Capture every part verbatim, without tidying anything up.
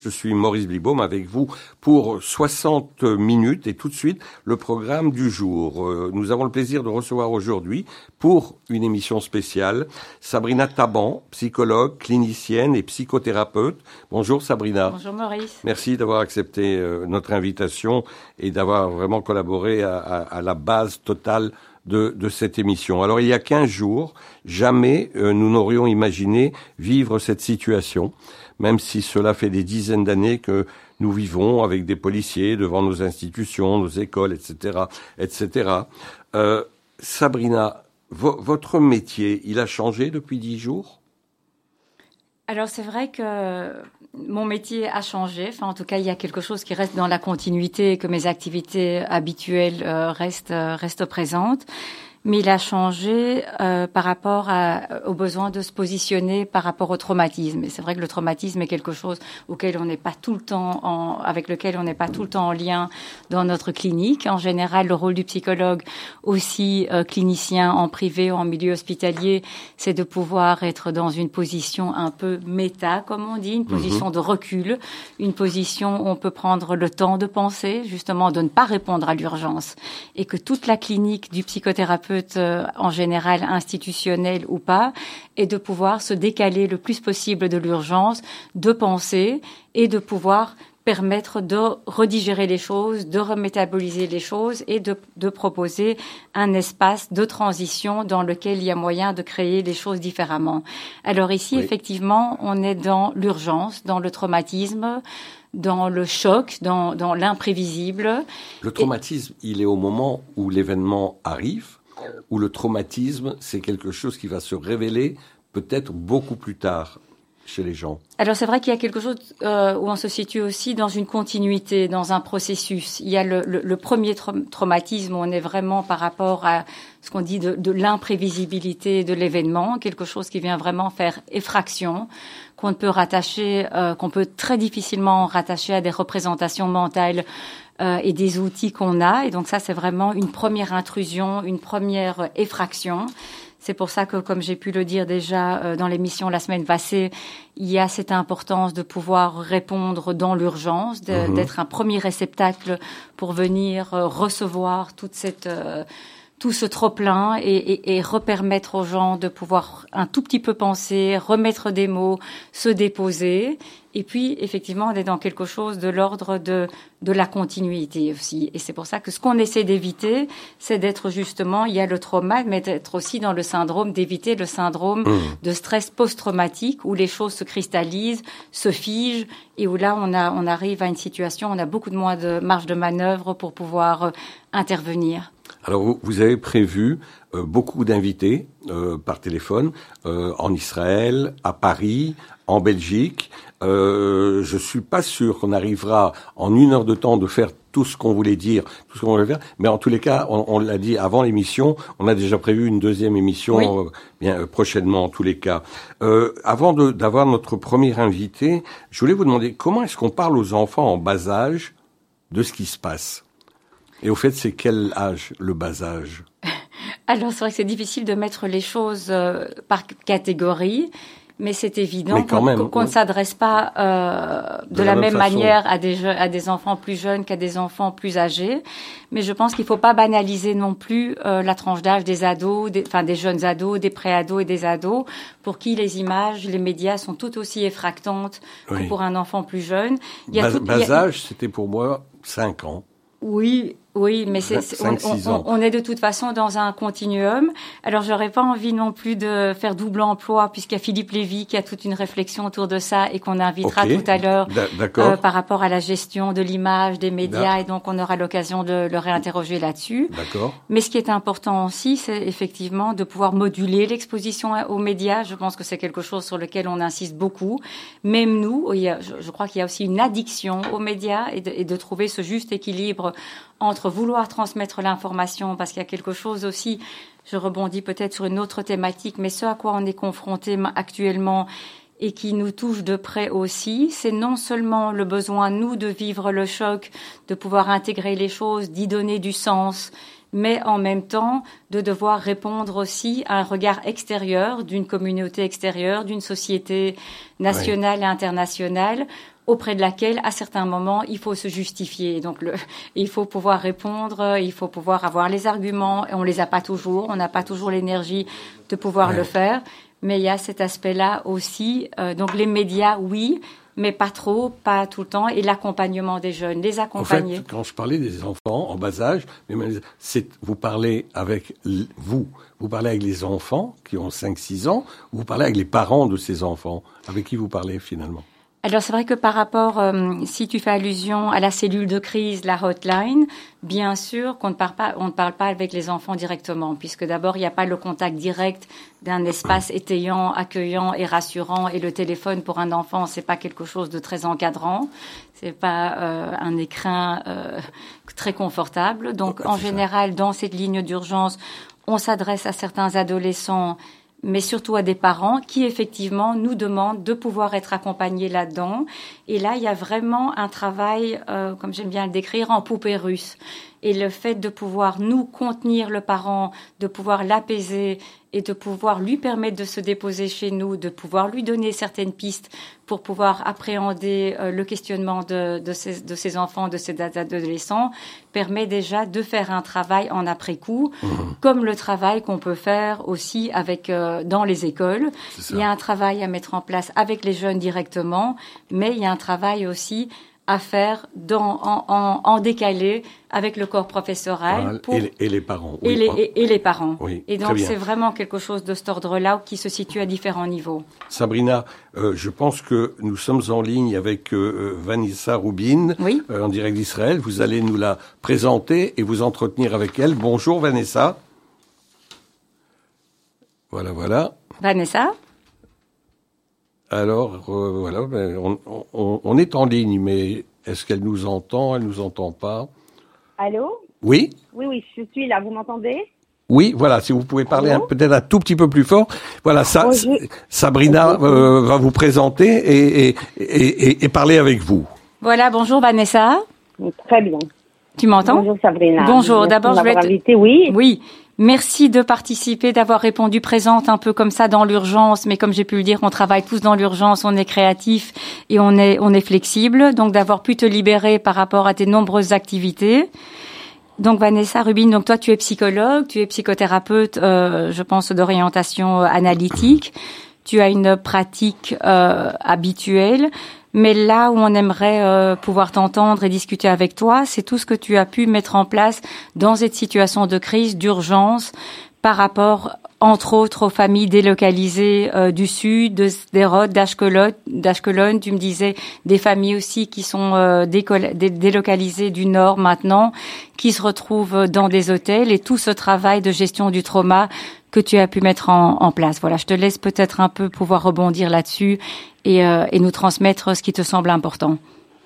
Je suis Maurice Blibaum avec vous pour soixante minutes et tout de suite le programme du jour. Euh, nous avons le plaisir de recevoir aujourd'hui pour une émission spéciale Sabrina Taban, psychologue, clinicienne et psychothérapeute. Bonjour Sabrina. Bonjour Maurice. Merci d'avoir accepté euh, notre invitation et d'avoir vraiment collaboré à, à, à la base totale De, de cette émission. Alors, il y a quinze jours, jamais euh, nous n'aurions imaginé vivre cette situation, même si cela fait des dizaines d'années que nous vivons avec des policiers devant nos institutions, nos écoles, et cetera, et cetera. Euh, Sabrina, vo- votre métier, il a changé depuis dix jours ? Alors, c'est vrai que mon métier a changé. Enfin, en tout cas, il y a quelque chose qui reste dans la continuité, que mes activités habituelles euh, restent, euh, restent présentes. Mais il a changé euh, par rapport à, au besoin de se positionner par rapport au traumatisme. Et c'est vrai que le traumatisme est quelque chose auquel on n'est pas tout le temps en, avec lequel on n'est pas tout le temps en lien dans notre clinique. En général, le rôle du psychologue, aussi euh, clinicien en privé ou en milieu hospitalier, c'est de pouvoir être dans une position un peu méta, comme on dit, une position mmh. de recul, une position où on peut prendre le temps de penser, justement, de ne pas répondre à l'urgence. Et que toute la clinique du psychothérapeute en général institutionnel ou pas, et de pouvoir se décaler le plus possible de l'urgence, de penser et de pouvoir permettre de redigérer les choses, de remétaboliser les choses et de, de proposer un espace de transition dans lequel il y a moyen de créer les choses différemment. Alors ici, oui. effectivement, on est dans l'urgence, dans le traumatisme, dans le choc, dans, dans l'imprévisible. Le traumatisme, et... il est au moment où l'événement arrive, où le traumatisme, c'est quelque chose qui va se révéler peut-être beaucoup plus tard chez les gens. Alors c'est vrai qu'il y a quelque chose euh, où on se situe aussi dans une continuité, dans un processus. Il y a le, le, le premier tra- traumatisme où on est vraiment par rapport à ce qu'on dit de, de l'imprévisibilité de l'événement, quelque chose qui vient vraiment faire effraction, qu'on peut rattacher, euh, qu'on peut très difficilement rattacher à des représentations mentales euh, et des outils qu'on a. Et donc ça, c'est vraiment une première intrusion, une première effraction. C'est pour ça que, comme j'ai pu le dire déjà euh, dans l'émission la semaine passée, il y a cette importance de pouvoir répondre dans l'urgence, de, mmh. d'être un premier réceptacle pour venir euh, recevoir toute cette... Euh, tout ce trop-plein et, et, et repermettre aux gens de pouvoir un tout petit peu penser, remettre des mots, se déposer. Et puis, effectivement, on est dans quelque chose de l'ordre de, de la continuité aussi. Et c'est pour ça que ce qu'on essaie d'éviter, c'est d'être justement, il y a le trauma, mais d'être aussi dans le syndrome, d'éviter le syndrome mmh. de stress post-traumatique où les choses se cristallisent, se figent et où là, on, a, on arrive à une situation, on a beaucoup de moins de marge de manœuvre pour pouvoir euh, intervenir. Alors, vous, vous avez prévu euh, beaucoup d'invités euh, par téléphone euh, en Israël, à Paris, en Belgique. Euh, je suis pas sûr qu'on arrivera en une heure de temps de faire tout ce qu'on voulait dire, tout ce qu'on voulait faire. Mais en tous les cas, on, on l'a dit avant l'émission, on a déjà prévu une deuxième émission oui. euh, bien euh, prochainement en tous les cas. Euh, avant de, d'avoir notre premier invité, je voulais vous demander comment est-ce qu'on parle aux enfants en bas âge de ce qui se passe ? Et au fait, c'est quel âge, le bas âge ? Alors, c'est vrai que c'est difficile de mettre les choses euh, par catégorie, mais c'est évident mais qu'on, même, qu'on ne s'adresse pas euh, de, de la, la même, même manière à des, je- à des enfants plus jeunes qu'à des enfants plus âgés. Mais je pense qu'il ne faut pas banaliser non plus euh, la tranche d'âge des ados, des, enfin des jeunes ados, des pré-ados et des ados, pour qui les images, les médias sont tout aussi effractantes oui. que pour un enfant plus jeune. Il y a bas, tout, bas il y a... âge, c'était pour moi cinq ans. Oui, oui, mais c'est, c'est, on, on, on est de toute façon dans un continuum. Alors, j'aurais pas envie non plus de faire double emploi, puisqu'il y a Philippe Lévy qui a toute une réflexion autour de ça et qu'on invitera okay. tout à l'heure euh, par rapport à la gestion de l'image, des médias, D'accord. et donc on aura l'occasion de le réinterroger là-dessus. D'accord. Mais ce qui est important aussi, c'est effectivement de pouvoir moduler l'exposition aux médias. Je pense que c'est quelque chose sur lequel on insiste beaucoup. Même nous, il y a, je, je crois qu'il y a aussi une addiction aux médias et de, et de trouver ce juste équilibre entre vouloir transmettre l'information, parce qu'il y a quelque chose aussi, je rebondis peut-être sur une autre thématique, mais ce à quoi on est confronté actuellement et qui nous touche de près aussi, c'est non seulement le besoin, nous, de vivre le choc, de pouvoir intégrer les choses, d'y donner du sens, mais en même temps de devoir répondre aussi à un regard extérieur d'une communauté extérieure, d'une société nationale oui. et internationale, auprès de laquelle, à certains moments, il faut se justifier. Donc, le, il faut pouvoir répondre, il faut pouvoir avoir les arguments, et on les a pas toujours, on n'a pas toujours l'énergie de pouvoir ouais. le faire. Mais il y a cet aspect-là aussi. Euh, donc, les médias, oui, mais pas trop, pas tout le temps. Et l'accompagnement des jeunes, les accompagner. En fait, quand je parlais des enfants en bas âge, c'est, vous parlez avec vous, vous parlez avec les enfants qui ont cinq six ans, ou vous parlez avec les parents de ces enfants. Avec qui vous parlez finalement? Alors c'est vrai que par rapport, euh, si tu fais allusion à la cellule de crise, la hotline, bien sûr qu'on ne parle pas, on ne parle pas avec les enfants directement, puisque d'abord il n'y a pas le contact direct d'un espace étayant, accueillant et rassurant, et le téléphone pour un enfant c'est pas quelque chose de très encadrant, c'est pas euh, un écrin euh, très confortable. Donc en général dans cette ligne d'urgence, on s'adresse à certains adolescents, mais surtout à des parents qui, effectivement, nous demandent de pouvoir être accompagnés là-dedans. Et là, il y a vraiment un travail, euh, comme j'aime bien le décrire, en poupée russe. Et le fait de pouvoir nous contenir le parent, de pouvoir l'apaiser et de pouvoir lui permettre de se déposer chez nous, de pouvoir lui donner certaines pistes pour pouvoir appréhender euh, le questionnement de, de, ces, de ces enfants, de ces adolescents, permet déjà de faire un travail en après-coup, mmh. comme le travail qu'on peut faire aussi avec euh, dans les écoles. Il y a un travail à mettre en place avec les jeunes directement, mais il y a un travail aussi à faire dans, en, en, en décalé avec le corps professoral. Voilà, pour, et, les, et les parents. Oui. Et, les, et, et les parents. Oui, et donc, c'est vraiment quelque chose de cet ordre-là qui se situe à différents niveaux. Sabrina, euh, je pense que nous sommes en ligne avec euh, Vanessa Rubin, oui. euh, en direct d'Israël. Vous allez nous la présenter et vous entretenir avec elle. Bonjour Vanessa. Voilà, voilà. Vanessa. Alors, euh, voilà, ben, on, on, on est en ligne, mais est-ce qu'elle nous entend? Elle nous entend pas? Allô? Oui? Oui, oui, je suis là. Vous m'entendez? Oui, voilà, si vous pouvez parler un, peut-être un tout petit peu plus fort. Voilà, ça, Bonjour. Sabrina euh, va vous présenter et, et, et, et, et parler avec vous. Voilà, bonjour Vanessa. Très bien. Tu m'entends? Bonjour Sabrina. Bonjour, Merci d'abord je vais te... invité, oui. Oui. Merci de participer, d'avoir répondu présente un peu comme ça dans l'urgence, mais comme j'ai pu le dire, on travaille tous dans l'urgence, on est créatif et on est on est flexible, donc d'avoir pu te libérer par rapport à tes nombreuses activités. Donc Vanessa Rubin, donc toi tu es psychologue, tu es psychothérapeute, euh, je pense d'orientation analytique. Tu as une pratique euh, habituelle. Mais là où on aimerait euh, pouvoir t'entendre et discuter avec toi, c'est tout ce que tu as pu mettre en place dans cette situation de crise, d'urgence, par rapport, entre autres, aux familles délocalisées euh, du Sud, de Sderot, d'Ashkelon, d'Ashkelon. Tu me disais des familles aussi qui sont euh, décoll- dé- délocalisées du Nord maintenant, qui se retrouvent dans des hôtels, et tout ce travail de gestion du trauma que tu as pu mettre en, en place. Voilà, je te laisse peut-être un peu pouvoir rebondir là-dessus et, euh, et nous transmettre ce qui te semble important.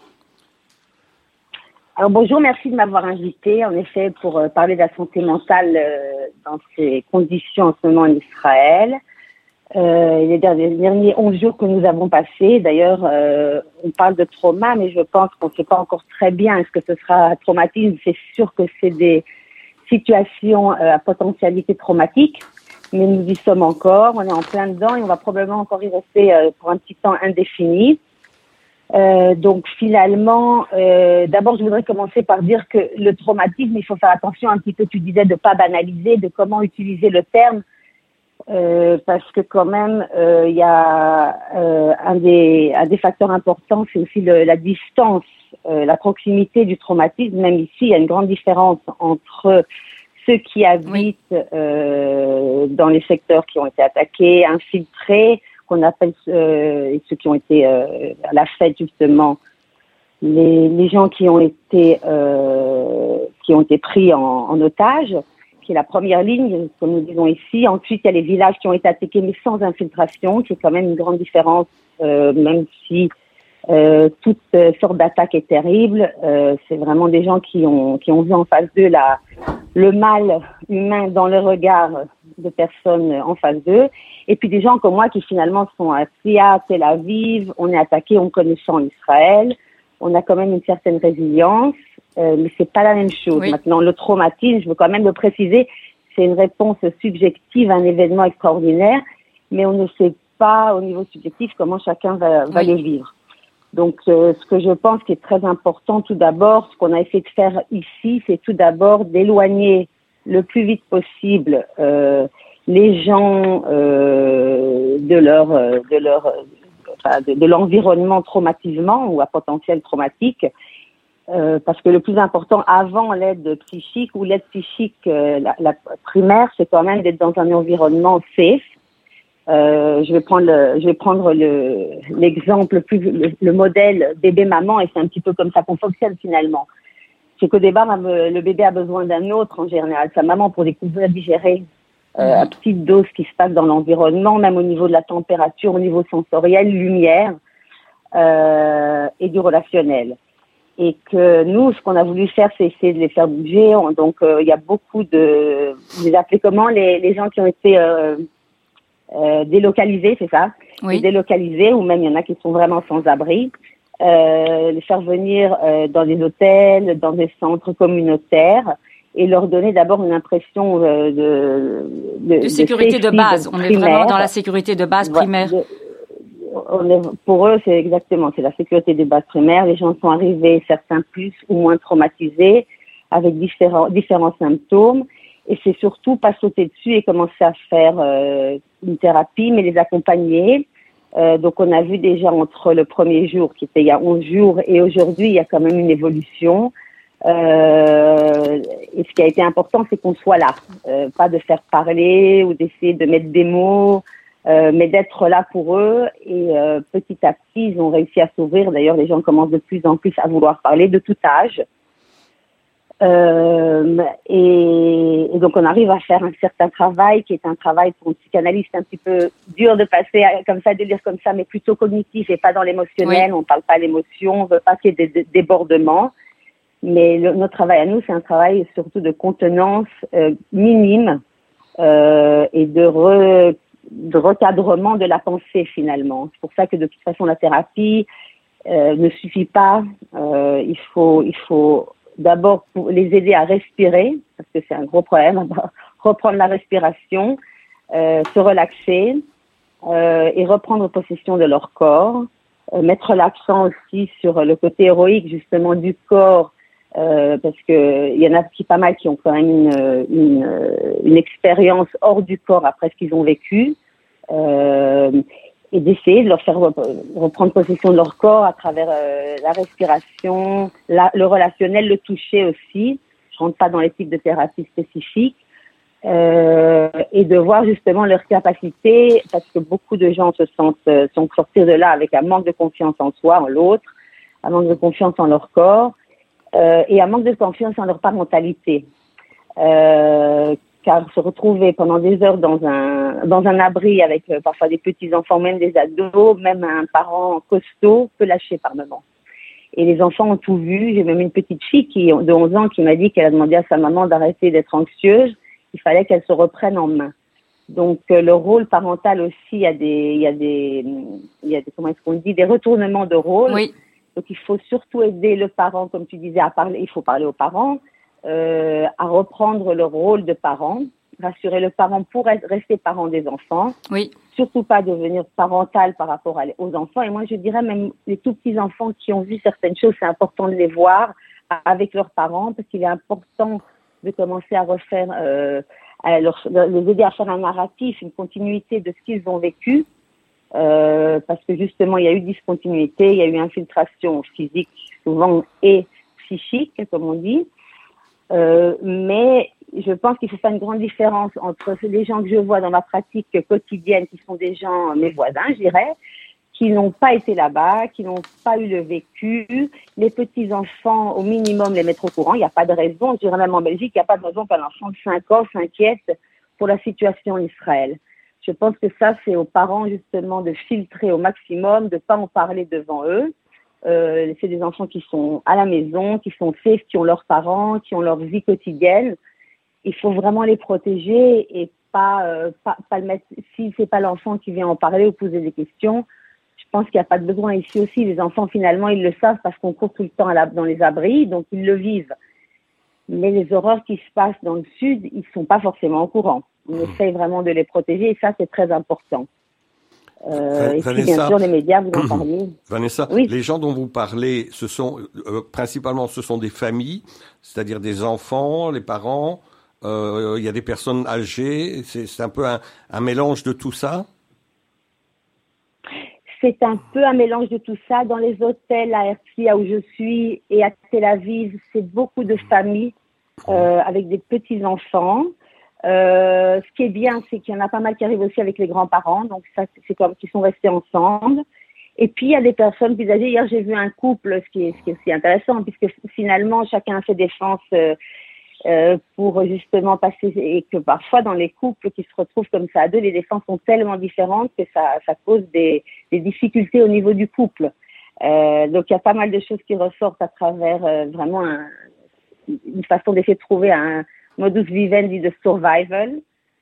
Alors bonjour, merci de m'avoir invité, en effet, pour euh, parler de la santé mentale euh, dans ces conditions en ce moment en Israël. Euh, les derniers, derniers onze jours que nous avons passés, d'ailleurs, euh, on parle de trauma, mais je pense qu'on ne sait pas encore très bien est-ce que ce sera un traumatisme. C'est sûr que c'est des situations euh, à potentialité traumatique, mais nous y sommes encore, on est en plein dedans et on va probablement encore y rester euh, pour un petit temps indéfini. Euh, donc finalement, euh, d'abord je voudrais commencer par dire que le traumatisme, il faut faire attention un petit peu, tu disais, de pas banaliser, de comment utiliser le terme, euh, parce que quand même, il euh, y a euh, un, des, un des facteurs importants, c'est aussi le, la distance, euh, la proximité du traumatisme. Même ici, il y a une grande différence entre ceux qui habitent euh, dans les secteurs qui ont été attaqués, infiltrés, qu'on appelle euh, ceux qui ont été euh, à la fête justement, les, les gens qui ont été euh, qui ont été pris en, en otage, qui est la première ligne, comme nous disons ici. Ensuite, il y a les villages qui ont été attaqués mais sans infiltration, qui est quand même une grande différence, euh, même si euh, toute sorte d'attaque est terrible. Euh, c'est vraiment des gens qui ont qui ont vu en face d'eux la le mal humain dans le regard de personnes en face d'eux. Et puis des gens comme moi qui finalement sont à Sia, Tel Aviv, on est attaqué, on connaissant l'Israël, on a quand même une certaine résilience, euh, mais c'est pas la même chose. Oui. Maintenant, le traumatisme, je veux quand même le préciser, c'est une réponse subjective à un événement extraordinaire, mais on ne sait pas au niveau subjectif comment chacun va, va oui. le vivre. Donc, euh, ce que je pense qui est très important, tout d'abord, ce qu'on a essayé de faire ici, c'est tout d'abord d'éloigner le plus vite possible euh, les gens euh, de leur, euh, de leur, euh, enfin, de, de l'environnement traumatisant ou à potentiel traumatique, euh, parce que le plus important avant l'aide psychique ou l'aide psychique, euh, la, la primaire, c'est quand même d'être dans un environnement safe. Euh, je vais prendre le, je vais prendre le, l'exemple plus, le, le modèle bébé-maman, et c'est un petit peu comme ça qu'on fonctionne finalement. C'est qu'au départ, le bébé a besoin d'un autre en général, sa maman, pour découvrir, digérer euh, mm-hmm. à petite dose ce qui se passe dans l'environnement, même au niveau de la température, au niveau sensoriel, lumière euh, et du relationnel. Et que nous, ce qu'on a voulu faire, c'est essayer de les faire bouger. Donc, euh, il y a beaucoup de, vous les appelez comment, les, les gens qui ont été euh, Euh, délocalisés, c'est ça? Oui. Délocalisés, ou même il y en a qui sont vraiment sans abri. Euh, les faire venir euh, dans des hôtels, dans des centres communautaires, et leur donner d'abord une impression euh, de, de, de sécurité de, de base. On primaire. Est vraiment dans la sécurité de base primaire. De, on est, pour eux, c'est exactement, c'est la sécurité de base primaire. Les gens sont arrivés, certains plus ou moins traumatisés, avec différents, différents symptômes. Et c'est surtout pas sauter dessus et commencer à faire euh, une thérapie, mais les accompagner. Euh, donc, on a vu déjà entre le premier jour, qui était il y a onze jours, et aujourd'hui, il y a quand même une évolution. Euh, et ce qui a été important, c'est qu'on soit là. Euh, pas de faire parler ou d'essayer de mettre des mots, euh, mais d'être là pour eux. Et euh, petit à petit, ils ont réussi à s'ouvrir. D'ailleurs, les gens commencent de plus en plus à vouloir parler de tout âge. Euh, et, et donc on arrive à faire un certain travail qui est un travail pour une psychanalyste un petit peu dur de passer à, comme ça, de lire comme ça, mais plutôt cognitif et pas dans l'émotionnel. Oui. On parle pas l'émotion, on veut pas qu'il y ait des débordements. Mais le, notre travail à nous, c'est un travail surtout de contenance euh, minime euh, et de, re, de recadrement de la pensée finalement. C'est pour ça que de toute façon la thérapie euh, ne suffit pas. Euh, il faut, il faut d'abord pour les aider à respirer, parce que c'est un gros problème, reprendre la respiration, euh, se relaxer euh, et reprendre possession de leur corps, euh, mettre l'accent aussi sur le côté héroïque justement du corps, euh, parce que il y en a qui pas mal qui ont quand même une, une, une expérience hors du corps après ce qu'ils ont vécu, euh, et d'essayer de leur faire reprendre possession de leur corps à travers euh, la respiration, la, le relationnel, le toucher aussi. Je rentre pas dans les types de thérapies spécifiques. Euh, et de voir justement leur capacité, parce que beaucoup de gens se sentent, euh, sont sortis de là avec un manque de confiance en soi, en l'autre, un manque de confiance en leur corps, euh, et un manque de confiance en leur parentalité. Euh, car se retrouver pendant des heures dans un dans un abri avec euh, parfois des petits enfants, même des ados, même un parent costaud peut lâcher par moment. Et les enfants ont tout vu. J'ai même une petite fille qui de onze ans qui m'a dit qu'elle a demandé à sa maman d'arrêter d'être anxieuse. Il fallait qu'elle se reprenne en main. Donc euh, le rôle parental aussi, il y a des il y a des il y a des comment est-ce qu'on dit des retournements de rôle. Oui. Donc il faut surtout aider le parent, comme tu disais, à parler. Il faut parler aux parents. Euh, à reprendre le rôle de parent, rassurer le parent pour être, rester parent des enfants, oui. Surtout pas devenir parental par rapport à, aux enfants. Et moi, je dirais même les tout petits enfants qui ont vu certaines choses, c'est important de les voir avec leurs parents, parce qu'il est important de commencer à refaire, euh, à leur, les aider à faire un narratif, une continuité de ce qu'ils ont vécu, euh, parce que justement, il y a eu discontinuité, il y a eu infiltration physique souvent et psychique, comme on dit. Euh, mais je pense qu'il faut faire une grande différence entre les gens que je vois dans ma pratique quotidienne, qui sont des gens, mes voisins, je dirais, qui n'ont pas été là-bas, qui n'ont pas eu le vécu. Les petits-enfants, au minimum, les mettre au courant. Il n'y a pas de raison, je dirais même en Belgique, il n'y a pas de raison qu'un enfant de cinq ans s'inquiète pour la situation en Israël. Je pense que ça, c'est aux parents, justement, de filtrer au maximum, de ne pas en parler devant eux. Euh, c'est des enfants qui sont à la maison, qui sont safe, qui ont leurs parents, qui ont leur vie quotidienne. Il faut vraiment les protéger et pas, euh, pas, pas le mettre. Si c'est pas l'enfant qui vient en parler ou poser des questions, je pense qu'il n'y a pas de besoin ici aussi. Les enfants, finalement, ils le savent parce qu'on court tout le temps à la, dans les abris, donc ils le vivent. Mais les horreurs qui se passent dans le sud, ils sont pas forcément au courant. On essaye vraiment de les protéger et ça, c'est très important. Euh, et puis, bien sûr, les médias, vous en parlez. Vanessa, oui. Les gens dont vous parlez, ce sont euh, principalement, ce sont des familles, c'est-à-dire des enfants, les parents. Euh, il y a des personnes âgées. C'est, c'est un peu un, un mélange de tout ça. C'est un peu un mélange de tout ça. Dans les hôtels à Herzliya où je suis et à Tel Aviv, c'est beaucoup de familles euh, avec des petits enfants. Euh, ce qui est bien, c'est qu'il y en a pas mal qui arrivent aussi avec les grands-parents, donc ça, c'est comme qui sont restés ensemble. Et puis il y a des personnes plus âgées. Hier, j'ai vu un couple, ce qui est, ce qui est aussi intéressant, puisque finalement chacun a ses défenses euh, euh, pour justement passer, et que parfois dans les couples qui se retrouvent comme ça à deux, les défenses sont tellement différentes que ça, ça cause des, des difficultés au niveau du couple. Euh, donc il y a pas mal de choses qui ressortent à travers euh, vraiment un, une façon d'essayer de trouver un modus vivendi de survival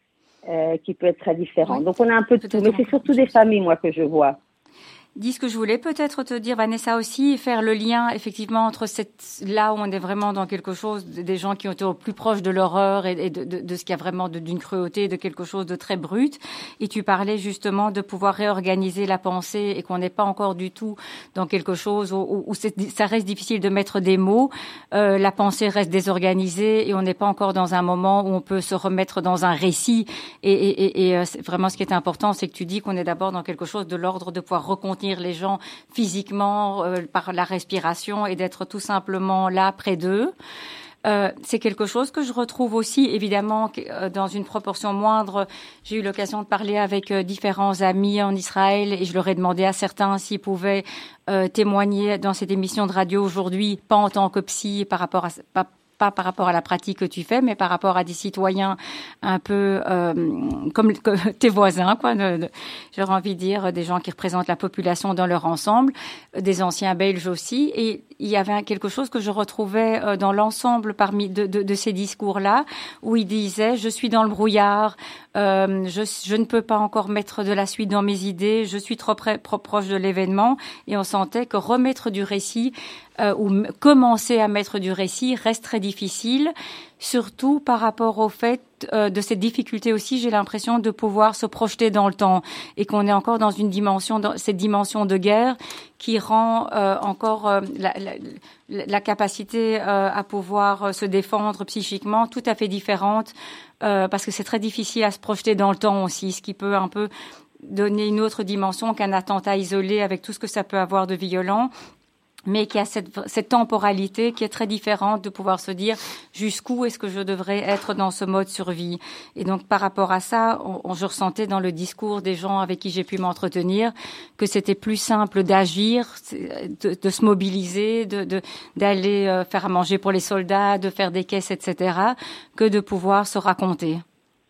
euh, qui peut être très différent. Oui, donc on a un peu de tout, mais c'est surtout des familles, moi, que je vois. Dis ce que je voulais peut-être te dire, Vanessa, aussi, faire le lien effectivement entre cette, là où on est vraiment dans quelque chose, des gens qui ont été au plus proche de l'horreur et, et de, de, de ce qu'il y a vraiment de, d'une cruauté, de quelque chose de très brut. Et tu parlais justement de pouvoir réorganiser la pensée et qu'on n'est pas encore du tout dans quelque chose où, où, où c'est, ça reste difficile de mettre des mots. Euh, la pensée reste désorganisée et on n'est pas encore dans un moment où on peut se remettre dans un récit. Et, et, et, et c'est vraiment ce qui est important, c'est que tu dis qu'on est d'abord dans quelque chose de l'ordre de pouvoir recontenir les gens physiquement euh, par la respiration et d'être tout simplement là près d'eux. Euh, c'est quelque chose que je retrouve aussi, évidemment, euh, dans une proportion moindre. J'ai eu l'occasion de parler avec euh, différents amis en Israël et je leur ai demandé à certains s'ils pouvaient euh, témoigner dans cette émission de radio aujourd'hui, pas en tant que psy, par rapport à pas, pas par rapport à la pratique que tu fais, mais par rapport à des citoyens un peu euh, comme que tes voisins, quoi. De, de, j'aurais envie de dire des gens qui représentent la population dans leur ensemble, des anciens Belges aussi. Et il y avait quelque chose que je retrouvais euh, dans l'ensemble parmi de, de, de ces discours-là, où ils disaient: je suis dans le brouillard, euh, je, je ne peux pas encore mettre de la suite dans mes idées, je suis trop, près, trop proche de l'événement. Et on sentait que remettre du récit Euh, ou m- commencer à mettre du récit reste très difficile, surtout par rapport au fait euh, de cette difficulté aussi, j'ai l'impression, de pouvoir se projeter dans le temps et qu'on est encore dans une dimension, dans cette dimension de guerre qui rend euh, encore euh, la, la, la capacité euh, à pouvoir euh, se défendre psychiquement tout à fait différente euh, parce que c'est très difficile à se projeter dans le temps aussi, ce qui peut un peu donner une autre dimension qu'un attentat isolé avec tout ce que ça peut avoir de violent, mais qui a cette, cette temporalité qui est très différente de pouvoir se dire jusqu'où est-ce que je devrais être dans ce mode survie. Et donc, par rapport à ça, on, on, je ressentais dans le discours des gens avec qui j'ai pu m'entretenir que c'était plus simple d'agir, de, de se mobiliser, de, de, d'aller euh, faire à manger pour les soldats, de faire des caisses, et cetera, que de pouvoir se raconter.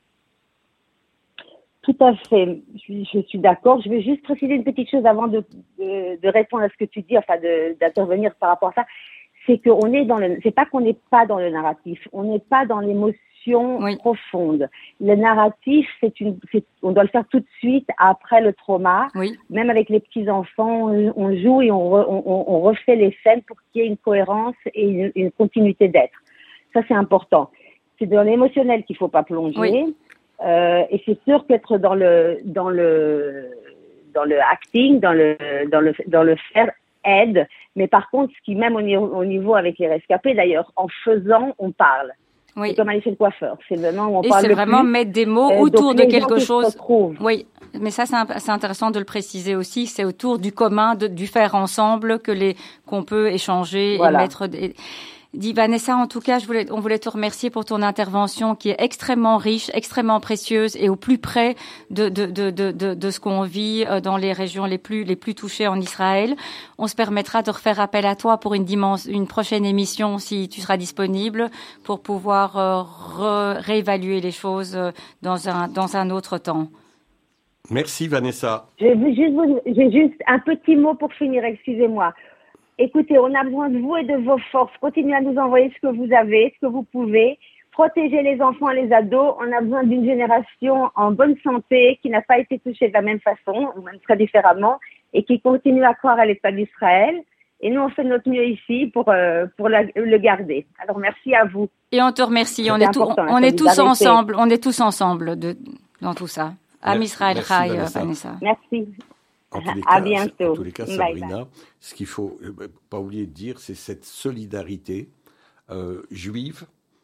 Tout à fait, je, je suis d'accord. Je vais juste préciser une petite chose avant de, de, de répondre à ce que tu dis, enfin de, d'intervenir par rapport à ça. C'est qu'on est dans le, c'est pas qu'on n'est pas dans le narratif, on n'est pas dans l'émotion oui. profonde. Le narratif, c'est une, c'est, on doit le faire tout de suite après le trauma. Oui. Même avec les petits enfants, on, on joue et on, re, on, on refait les scènes pour qu'il y ait une cohérence et une, une continuité d'être. Ça, c'est important. C'est dans l'émotionnel qu'il faut pas plonger. Oui. Euh, et c'est sûr qu'être dans le dans le dans le acting, dans le dans le dans le faire aide. Mais par contre, ce qui même au niveau, au niveau avec les rescapés, d'ailleurs, en faisant, on parle. Oui. C'est comme aller chez le coiffeur. C'est vraiment où on et parle c'est le vraiment plus. Mettre des mots euh, autour de quelque chose. Oui. Mais ça, c'est, un, c'est intéressant de le préciser aussi. C'est autour du commun, de, du faire ensemble que les qu'on peut échanger voilà. et mettre des. Dis Vanessa, en tout cas, je voulais, on voulait te remercier pour ton intervention qui est extrêmement riche, extrêmement précieuse et au plus près de, de, de, de, de, de ce qu'on vit dans les régions les plus, les plus touchées en Israël. On se permettra de refaire appel à toi pour une dimanche, une prochaine émission si tu seras disponible pour pouvoir euh, re, réévaluer les choses dans un, dans un autre temps. Merci Vanessa. J'ai juste, j'ai juste un petit mot pour finir, excusez-moi. Écoutez, on a besoin de vous et de vos forces. Continuez à nous envoyer ce que vous avez, ce que vous pouvez. Protégez les enfants et les ados. On a besoin d'une génération en bonne santé, qui n'a pas été touchée de la même façon, ou même très différemment, et qui continue à croire à l'État d'Israël. Et nous, on fait notre mieux ici pour, euh, pour la, le garder. Alors, merci à vous. Et on te remercie. On est, tout, on, on est tous ensemble. On est tous ensemble de, dans tout ça. Am Israël Merci, Chai, Vanessa. Vanessa. Merci. En tous les À cas, bientôt. En tous les cas, Bye Sabrina, bye. ce qu'il faut euh, pas oublier de dire, c'est cette solidarité euh, juive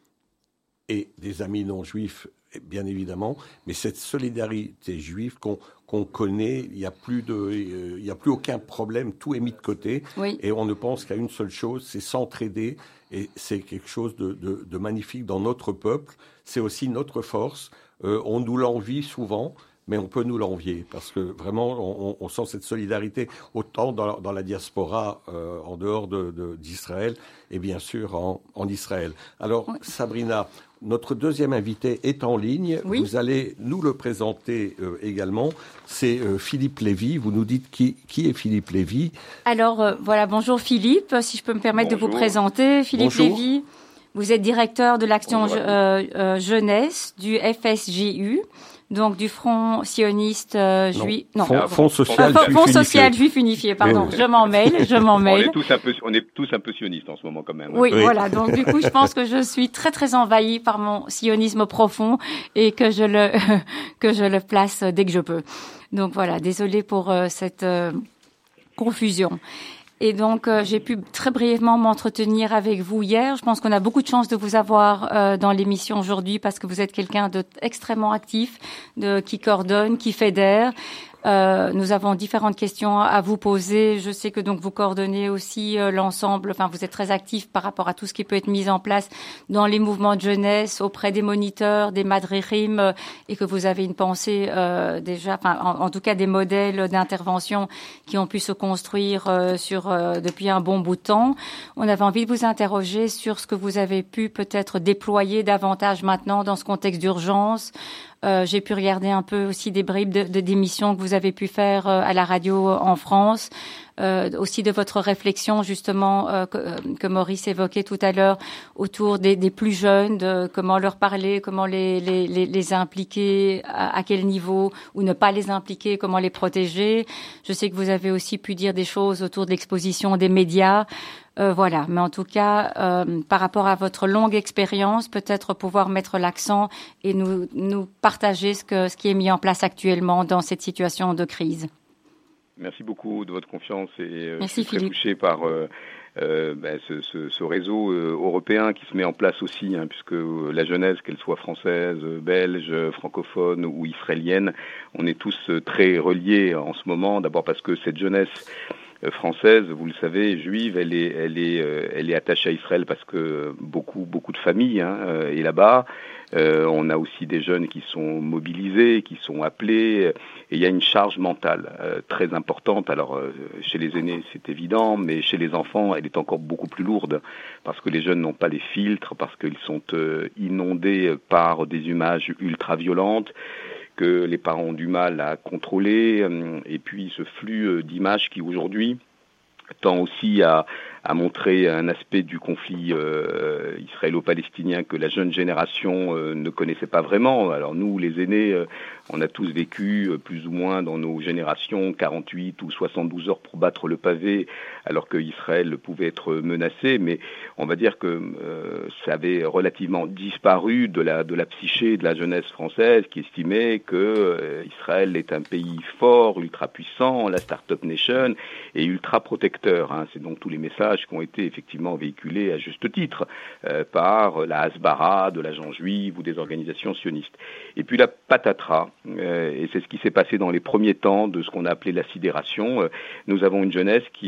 et des amis non juifs, bien évidemment, mais cette solidarité juive qu'on qu'on connaît, il n'y a plus de, euh, il y a plus aucun problème, tout est mis de côté, Oui. et on ne pense qu'à une seule chose, c'est s'entraider, et c'est quelque chose de, de, de magnifique dans notre peuple. C'est aussi notre force. Euh, on nous l'envie souvent, mais on peut nous l'envier parce que vraiment, on, on sent cette solidarité autant dans, dans la diaspora euh, en dehors de, de, d'Israël et bien sûr en, en Israël. Alors, oui. Sabrina, notre deuxième invité est en ligne. Oui. Vous allez nous le présenter euh, également. C'est euh, Philippe Lévy. Vous nous dites qui, qui est Philippe Lévy. Alors, euh, voilà, bonjour Philippe. Si je peux me permettre bonjour. de vous présenter. Philippe bonjour. Lévy, vous êtes directeur de l'action euh, euh, jeunesse du F S J U. Donc du Front sioniste euh, juif, non, non. Fonds social, Fonds juif, social juif unifié. Pardon, oui. je m'en mêle, je m'en mêle. On est tous un peu, on est tous un peu sionistes en ce moment quand même. Oui, oui, voilà. Donc du coup, je pense que je suis très très envahie par mon sionisme profond et que je le que je le place dès que je peux. Donc voilà, désolée pour euh, cette euh, confusion. Et donc, euh, j'ai pu très brièvement m'entretenir avec vous hier. Je pense qu'on a beaucoup de chance de vous avoir euh, dans l'émission aujourd'hui parce que vous êtes quelqu'un d'extrêmement actif, de, qui coordonne, qui fédère. Euh, nous avons différentes questions à vous poser. Je sais que donc vous coordonnez aussi euh, l'ensemble. Enfin, vous êtes très actif par rapport à tout ce qui peut être mis en place dans les mouvements de jeunesse, auprès des moniteurs, des madririm, euh, et que vous avez une pensée euh, déjà, enfin, en, en tout cas des modèles d'intervention qui ont pu se construire euh, sur euh, depuis un bon bout de temps. On avait envie de vous interroger sur ce que vous avez pu peut-être déployer davantage maintenant dans ce contexte d'urgence. Euh, j'ai pu regarder un peu aussi des bribes de, de d'émissions que vous avez pu faire euh, à la radio en France, euh, aussi de votre réflexion justement euh, que, que Maurice évoquait tout à l'heure autour des, des plus jeunes, de comment leur parler, comment les, les, les, les impliquer, à, à quel niveau, ou ne pas les impliquer, comment les protéger. Je sais que vous avez aussi pu dire des choses autour de l'exposition des médias. Euh, voilà, mais en tout cas, euh, par rapport à votre longue expérience, peut-être pouvoir mettre l'accent et nous, nous partager ce, que, ce qui est mis en place actuellement dans cette situation de crise. Merci beaucoup de votre confiance et euh, Merci, je suis Philippe. très touché par euh, euh, ben, ce, ce, ce réseau euh, européen qui se met en place aussi, hein, puisque euh, la jeunesse, qu'elle soit française, belge, francophone ou israélienne, on est tous euh, très reliés en ce moment, d'abord parce que cette jeunesse française, vous le savez, juive, elle est, elle est, euh, elle est attachée à Israël parce que beaucoup, beaucoup de familles hein, est là-bas. Euh, on a aussi des jeunes qui sont mobilisés, qui sont appelés, et il y a une charge mentale euh, très importante. Alors, euh, chez les aînés, c'est évident, mais chez les enfants, elle est encore beaucoup plus lourde parce que les jeunes n'ont pas les filtres, parce qu'ils sont euh, inondés par des images ultra-violentes que les parents ont du mal à contrôler, et puis ce flux d'images qui aujourd'hui tend aussi à, à montrer un aspect du conflit euh, israélo-palestinien que la jeune génération euh, ne connaissait pas vraiment. Alors nous, les aînés, euh, on a tous vécu euh, plus ou moins dans nos générations quarante-huit ou soixante-douze heures pour battre le pavé, alors que Israël pouvait être menacé, mais on va dire que euh, ça avait relativement disparu de la, de la psyché de la jeunesse française qui estimait que euh, Israël est un pays fort, ultra puissant, la start-up nation et ultra protecteur. Hein. C'est donc tous les messages qui ont été effectivement véhiculés à juste titre euh, par la Hasbara de l'agent juif ou des organisations sionistes. Et puis la patatras, euh, et c'est ce qui s'est passé dans les premiers temps de ce qu'on a appelé la sidération. Euh, nous avons une jeunesse qui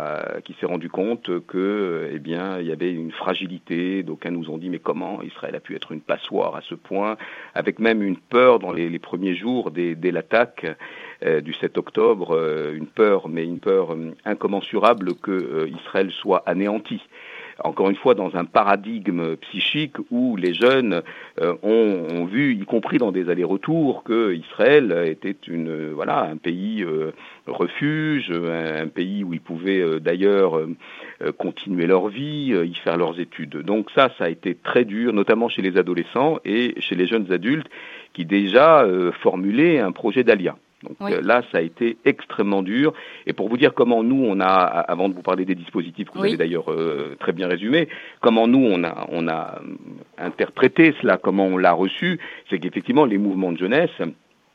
a qui s'est rendu compte que eh bien il y avait une fragilité. D'aucuns nous ont dit mais comment Israël a pu être une passoire à ce point, avec même une peur dans les, les premiers jours dès, dès l'attaque euh, du sept octobre, euh, une peur mais une peur euh, incommensurable que euh, Israël soit anéanti. Encore une fois, dans un paradigme psychique où les jeunes euh, ont, ont vu, y compris dans des allers-retours, que Israël était une, euh, voilà, un pays euh, refuge, un, un pays où ils pouvaient euh, d'ailleurs euh, continuer leur vie, euh, y faire leurs études. Donc ça, ça a été très dur, notamment chez les adolescents et chez les jeunes adultes qui déjà euh, formulaient un projet d'Alia. Donc oui. euh, là, ça a été extrêmement dur. Et pour vous dire comment nous, on a, avant de vous parler des dispositifs que vous oui. avez d'ailleurs euh, très bien résumés, comment nous, on a, on a interprété cela, comment on l'a reçu, c'est qu'effectivement, les mouvements de jeunesse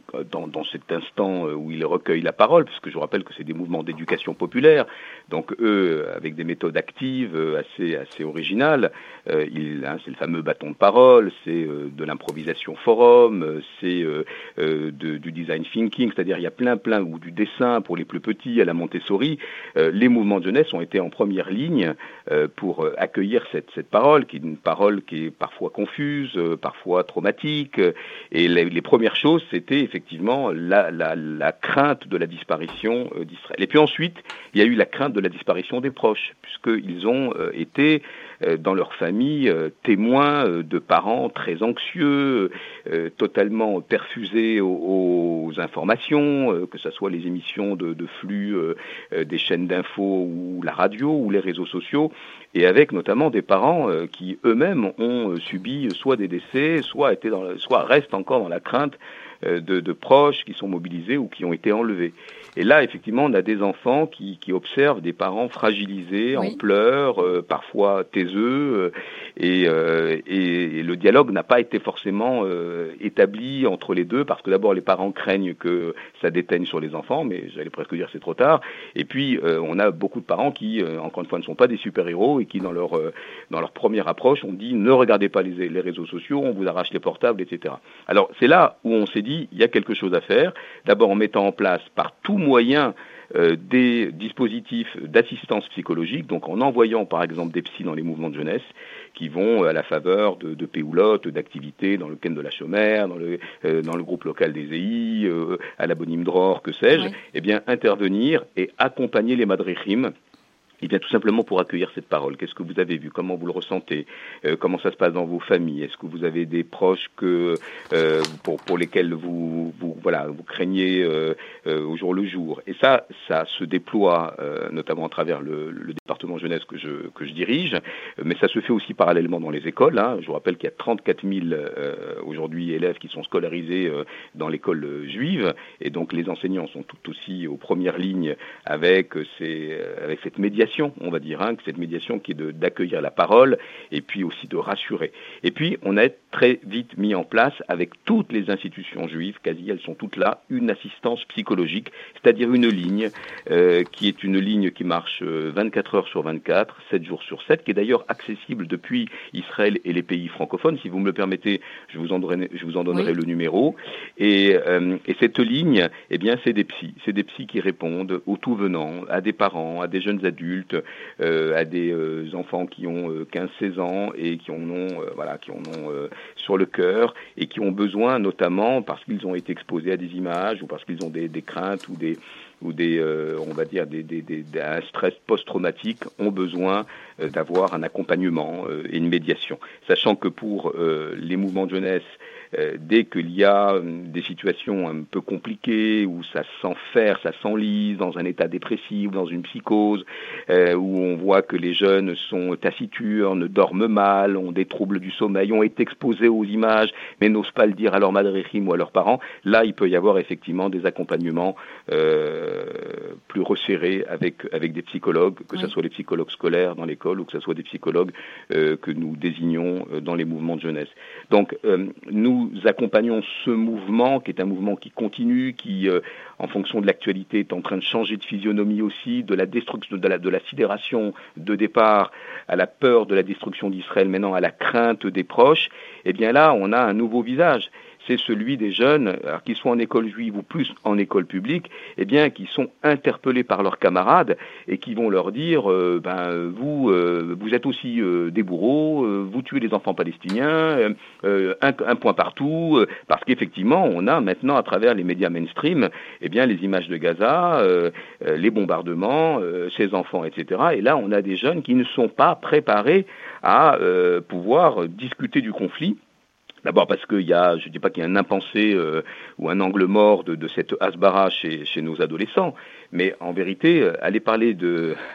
dans, dans cet instant où ils recueillent la parole, parce que je vous rappelle que c'est des mouvements d'éducation populaire, donc eux, avec des méthodes actives assez, assez originales, euh, ils, hein, c'est le fameux bâton de parole, c'est euh, de l'improvisation forum, c'est euh, euh, de, du design thinking, c'est-à-dire il y a plein, plein, ou du dessin pour les plus petits à la Montessori. Euh, les mouvements de jeunesse ont été en première ligne euh, pour euh, accueillir cette, cette parole, qui est une parole qui est parfois confuse, euh, parfois traumatique, euh, et les, les premières choses, c'était effectivement la, la, la crainte de la disparition euh, d'Israël. Et puis ensuite, il y a eu la crainte de la disparition des proches, puisqu'ils ont euh, été euh, dans leur famille euh, témoins euh, de parents très anxieux, euh, totalement perfusés aux, aux informations, euh, que ce soit les émissions de, de flux euh, euh, des chaînes d'infos ou la radio ou les réseaux sociaux, et avec notamment des parents euh, qui eux-mêmes ont euh, subi soit des décès, soit, été dans la, soit restent encore dans la crainte euh, de, de proches qui sont mobilisés ou qui ont été enlevés. Et là, effectivement, on a des enfants qui, qui observent des parents fragilisés, oui. en pleurs, euh, parfois taiseux, euh, et, euh, et, et le dialogue n'a pas été forcément euh, établi entre les deux, parce que d'abord, les parents craignent que ça déteigne sur les enfants, mais j'allais presque dire c'est trop tard. Et puis, euh, on a beaucoup de parents qui, euh, encore une fois, ne sont pas des super-héros et qui, dans leur, euh, dans leur première approche, ont dit « ne regardez pas les, les réseaux sociaux, on vous arrache les portables, et cetera » Alors, c'est là où on s'est dit, il y a quelque chose à faire, d'abord en mettant en place par tout moyen euh, des dispositifs d'assistance psychologique, donc en envoyant par exemple des psys dans les mouvements de jeunesse qui vont à la faveur de, de péoulottes, d'activités dans le Ken de la Chomère, dans le, euh, dans le groupe local des E I, euh, à la Bonim Dror, que sais-je, oui. eh bien intervenir et accompagner les madrichim. Eh bien, tout simplement pour accueillir cette parole. Qu'est-ce que vous avez vu? Comment vous le ressentez? euh, Comment ça se passe dans vos familles? Est-ce que vous avez des proches que euh, pour pour lesquels vous vous voilà vous craignez euh, euh, au jour le jour? Et ça, ça se déploie euh, notamment à travers le, le département jeunesse que je que je dirige, mais ça se fait aussi parallèlement dans les écoles. Hein. Je vous rappelle qu'il y a trente-quatre mille euh, aujourd'hui élèves qui sont scolarisés euh, dans l'école juive, et donc les enseignants sont tout aussi aux premières lignes avec ces avec cette médiation. On va dire, hein, que cette médiation qui est de, d'accueillir la parole et puis aussi de rassurer. Et puis, on a très vite mis en place, avec toutes les institutions juives, quasi elles sont toutes là, une assistance psychologique, c'est-à-dire une ligne euh, qui est une ligne qui marche vingt-quatre heures sur vingt-quatre, sept jours sur sept, qui est d'ailleurs accessible depuis Israël et les pays francophones. Si vous me le permettez, je vous en donnerai, je vous en donnerai oui. le numéro. Et, euh, et cette ligne, eh bien, c'est des psys. C'est des psys qui répondent aux tout venants, à des parents, à des jeunes adultes, Euh, à des euh, enfants qui ont euh, quinze seize ans et qui en ont, euh, voilà, qui en ont euh, sur le cœur et qui ont besoin, notamment parce qu'ils ont été exposés à des images ou parce qu'ils ont des, des craintes ou des ou des, euh, on va dire, des, des, des, un stress post-traumatique, ont besoin euh, d'avoir un accompagnement euh, et une médiation. Sachant que pour euh, les mouvements de jeunesse, euh, dès qu'il y a euh, des situations un peu compliquées, où ça s'enferre, ça s'enlise dans un état dépressif, dans une psychose, euh, où on voit que les jeunes sont taciturnes, dorment mal, ont des troubles du sommeil, ont été exposés aux images, mais n'osent pas le dire à leur madrichim ou à leurs parents, là, il peut y avoir effectivement des accompagnements euh, plus resserrés avec avec des psychologues, que oui. ce soit les psychologues scolaires dans l'école ou que ce soit des psychologues euh, que nous désignons euh, dans les mouvements de jeunesse. Donc, euh, nous accompagnons ce mouvement qui est un mouvement qui continue, qui, euh, en fonction de l'actualité, est en train de changer de physionomie aussi, de la destruction, de la, de la sidération de départ à la peur de la destruction d'Israël, maintenant à la crainte des proches. Eh bien là, on a un nouveau visage. C'est celui des jeunes, alors qu'ils soient en école juive ou plus en école publique, eh bien, qui sont interpellés par leurs camarades et qui vont leur dire, euh, ben, vous, euh, vous êtes aussi euh, des bourreaux, euh, vous tuez les enfants palestiniens, euh, un, un point partout, euh, parce qu'effectivement, on a maintenant, à travers les médias mainstream, eh bien, les images de Gaza, euh, euh, les bombardements, euh, ces enfants, et cetera. Et là, on a des jeunes qui ne sont pas préparés à euh, pouvoir discuter du conflit. D'abord parce qu'il y a, je ne dis pas qu'il y a un impensé euh, ou un angle mort de, de cette hasbara chez, chez nos adolescents, mais en vérité, euh, aller parler de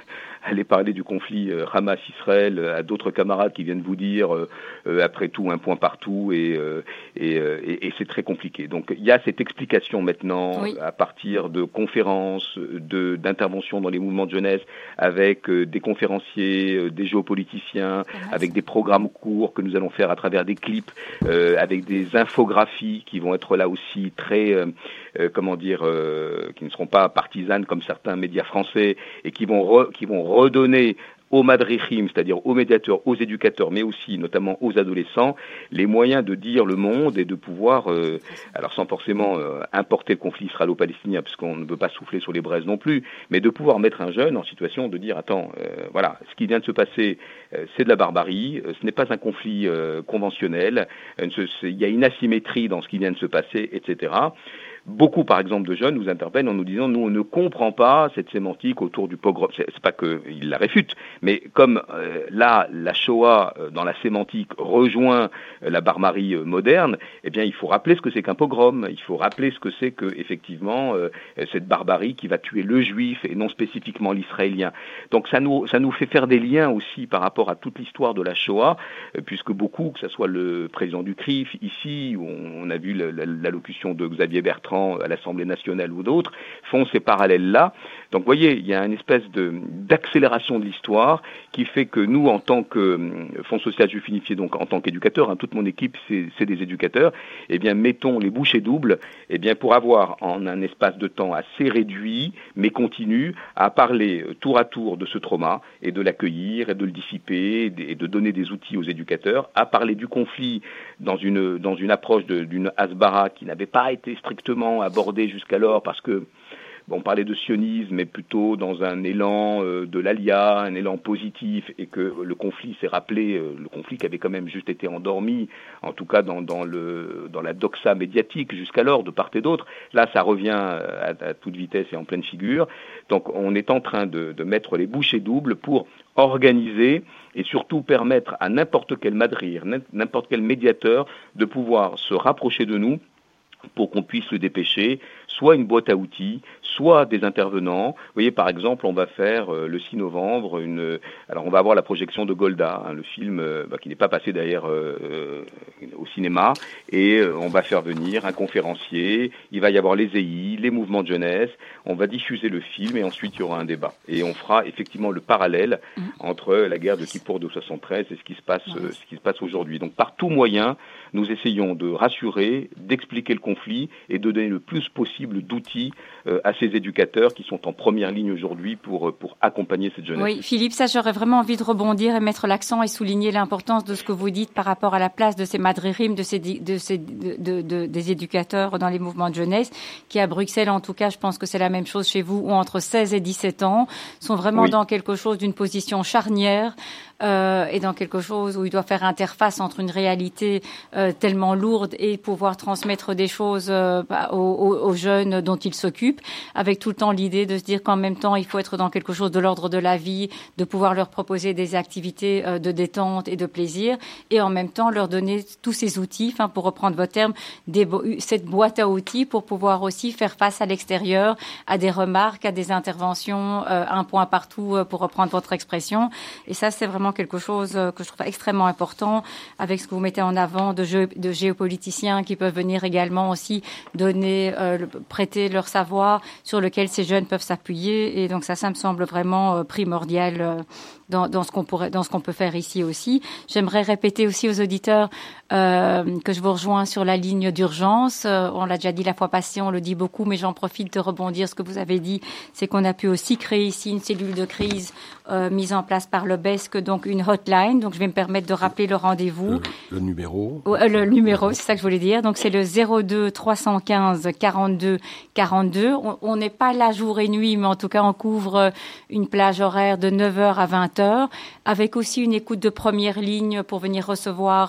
aller parler du conflit euh, Hamas-Israël à d'autres camarades qui viennent vous dire euh, euh, après tout un point partout et, euh, et, euh, et, et c'est très compliqué. Donc il y a cette explication maintenant oui. à partir de conférences, de, d'interventions dans les mouvements de jeunesse avec euh, des conférenciers, euh, des géopoliticiens, avec des programmes courts que nous allons faire à travers des clips, euh, avec des infographies qui vont être là aussi très, euh, euh, comment dire, euh, qui ne seront pas partisanes comme certains médias français et qui vont re, qui vont redonner aux madrichim, c'est-à-dire aux médiateurs, aux éducateurs, mais aussi notamment aux adolescents, les moyens de dire le monde et de pouvoir, euh, alors sans forcément euh, importer le conflit israélo-palestinien, parce qu'on ne veut pas souffler sur les braises non plus, mais de pouvoir mettre un jeune en situation de dire, attends, euh, voilà, ce qui vient de se passer, euh, c'est de la barbarie, euh, ce n'est pas un conflit euh, conventionnel, euh, il y a une asymétrie dans ce qui vient de se passer, et cetera. Beaucoup, par exemple, de jeunes nous interpellent en nous disant « nous, on ne comprend pas cette sémantique autour du pogrom ». C'est, c'est pas qu'ils la réfutent, mais comme euh, là, la Shoah, euh, dans la sémantique, rejoint euh, la barbarie euh, moderne, eh bien, il faut rappeler ce que c'est qu'un pogrom. Il faut rappeler ce que c'est que, effectivement, euh, cette barbarie qui va tuer le juif et non spécifiquement l'israélien. Donc, ça nous, ça nous fait faire des liens aussi par rapport à toute l'histoire de la Shoah, euh, puisque beaucoup, que ce soit le président du C R I F, ici, où on a vu la, la, l'allocution de Xavier Bertrand à l'Assemblée nationale ou d'autres, font ces parallèles-là. Donc, vous voyez, il y a une espèce de, d'accélération de l'histoire qui fait que nous, en tant que euh, Fonds social juif unifié, donc en tant qu'éducateurs, hein, toute mon équipe, c'est, c'est des éducateurs, eh bien, mettons les bouchées doubles, eh bien, pour avoir en un espace de temps assez réduit, mais continu, à parler euh, tour à tour de ce trauma et de l'accueillir et de le dissiper et de donner des outils aux éducateurs, à parler du conflit dans une, dans une approche de, d'une hasbara qui n'avait pas été strictement abordé jusqu'alors parce que bon, on parlait de sionisme, mais plutôt dans un élan euh, de l'alia, un élan positif, et que le conflit s'est rappelé, euh, le conflit qui avait quand même juste été endormi, en tout cas dans, dans, le, dans la doxa médiatique jusqu'alors, de part et d'autre. Là, ça revient à, à toute vitesse et en pleine figure. Donc, on est en train de, de mettre les bouchées doubles pour organiser et surtout permettre à n'importe quel madrir, n'importe quel médiateur de pouvoir se rapprocher de nous pour qu'on puisse le dépêcher, soit une boîte à outils, soit des intervenants. Vous voyez, par exemple, on va faire euh, le six novembre, une, alors on va avoir la projection de Golda, hein, le film euh, bah, qui n'est pas passé d'ailleurs euh, au cinéma, et euh, on va faire venir un conférencier, il va y avoir les E I, les mouvements de jeunesse, on va diffuser le film et ensuite il y aura un débat. Et on fera effectivement le parallèle mmh. entre la guerre de Kippour de soixante-treize et ce qui se passe, mmh. euh, ce qui se passe aujourd'hui. Donc par tout moyen, nous essayons de rassurer, d'expliquer le conflit et de donner le plus possible d'outils euh, à ces éducateurs qui sont en première ligne aujourd'hui pour, pour accompagner cette jeunesse. Oui, Philippe, ça j'aurais vraiment envie de rebondir et mettre l'accent et souligner l'importance de ce que vous dites par rapport à la place de ces madririm, de ces, de ces, de, de, de, des éducateurs dans les mouvements de jeunesse, qui à Bruxelles, en tout cas, je pense que c'est la même chose chez vous, ou entre seize et dix-sept ans, sont vraiment oui. dans quelque chose d'une position charnière. Euh, et dans quelque chose où il doit faire interface entre une réalité euh, tellement lourde et pouvoir transmettre des choses euh, aux, aux, aux jeunes dont il s'occupe, avec tout le temps l'idée de se dire qu'en même temps, il faut être dans quelque chose de l'ordre de la vie, de pouvoir leur proposer des activités euh, de détente et de plaisir, et en même temps leur donner tous ces outils, enfin pour reprendre votre terme, des bo- cette boîte à outils pour pouvoir aussi faire face à l'extérieur, à des remarques, à des interventions, euh, un point partout, euh, pour reprendre votre expression. Et ça, c'est vraiment quelque chose que je trouve extrêmement important avec ce que vous mettez en avant de, jeux, de géopoliticiens qui peuvent venir également aussi donner, euh, le, prêter leur savoir sur lequel ces jeunes peuvent s'appuyer. Et donc ça, ça me semble vraiment euh, primordial euh, dans, dans ce qu'on pourrait, dans ce qu'on peut faire ici aussi. J'aimerais répéter aussi aux auditeurs euh, que je vous rejoins sur la ligne d'urgence. Euh, on l'a déjà dit la fois passée, on le dit beaucoup, mais j'en profite de rebondir. Ce que vous avez dit, c'est qu'on a pu aussi créer ici une cellule de crise euh, mise en place par le B E S C, donc une hotline. Donc je vais me permettre de rappeler le rendez-vous. Le, le numéro. Euh, le numéro, c'est ça que je voulais dire. Donc c'est le zéro deux trois cent quinze quarante-deux quarante-deux. On n'est pas là jour et nuit, mais en tout cas on couvre une plage horaire de neuf heures à vingt heures, avec aussi une écoute de première ligne pour venir recevoir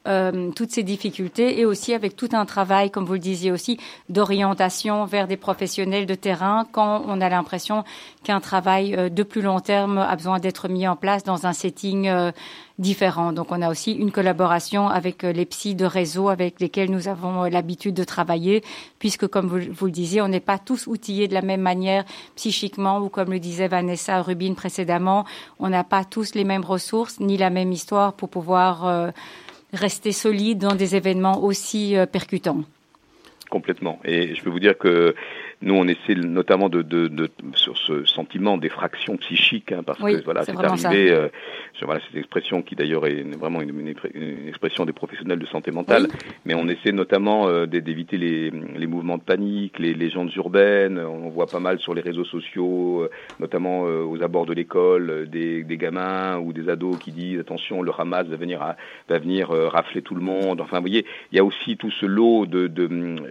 euh, toutes ces difficultés, et aussi avec tout un travail, comme vous le disiez aussi, d'orientation vers des professionnels de terrain quand on a l'impression qu'un travail euh, de plus long terme a besoin d'être mis en place dans un setting euh, différents. Donc, on a aussi une collaboration avec les psys de réseau avec lesquels nous avons l'habitude de travailler, puisque, comme vous, vous le disiez, on n'est pas tous outillés de la même manière psychiquement, ou comme le disait Vanessa Rubin précédemment, on n'a pas tous les mêmes ressources, ni la même histoire pour pouvoir euh, rester solide dans des événements aussi euh, percutants. Complètement. Et je peux vous dire que nous, on essaie notamment de, de, de sur ce sentiment d'effraction psychique, hein, parce oui, que voilà, c'est, c'est arrivé. Euh, voilà, cette expression qui d'ailleurs est vraiment une, une, une expression des professionnels de santé mentale. Oui. Mais on essaie notamment euh, d'éviter les, les mouvements de panique, les légendes urbaines. On voit pas mal sur les réseaux sociaux, euh, notamment euh, aux abords de l'école, euh, des, des gamins ou des ados qui disent attention, le Hamas va venir, à, va venir euh, rafler tout le monde. Enfin, vous voyez, il y a aussi tout ce lot de de,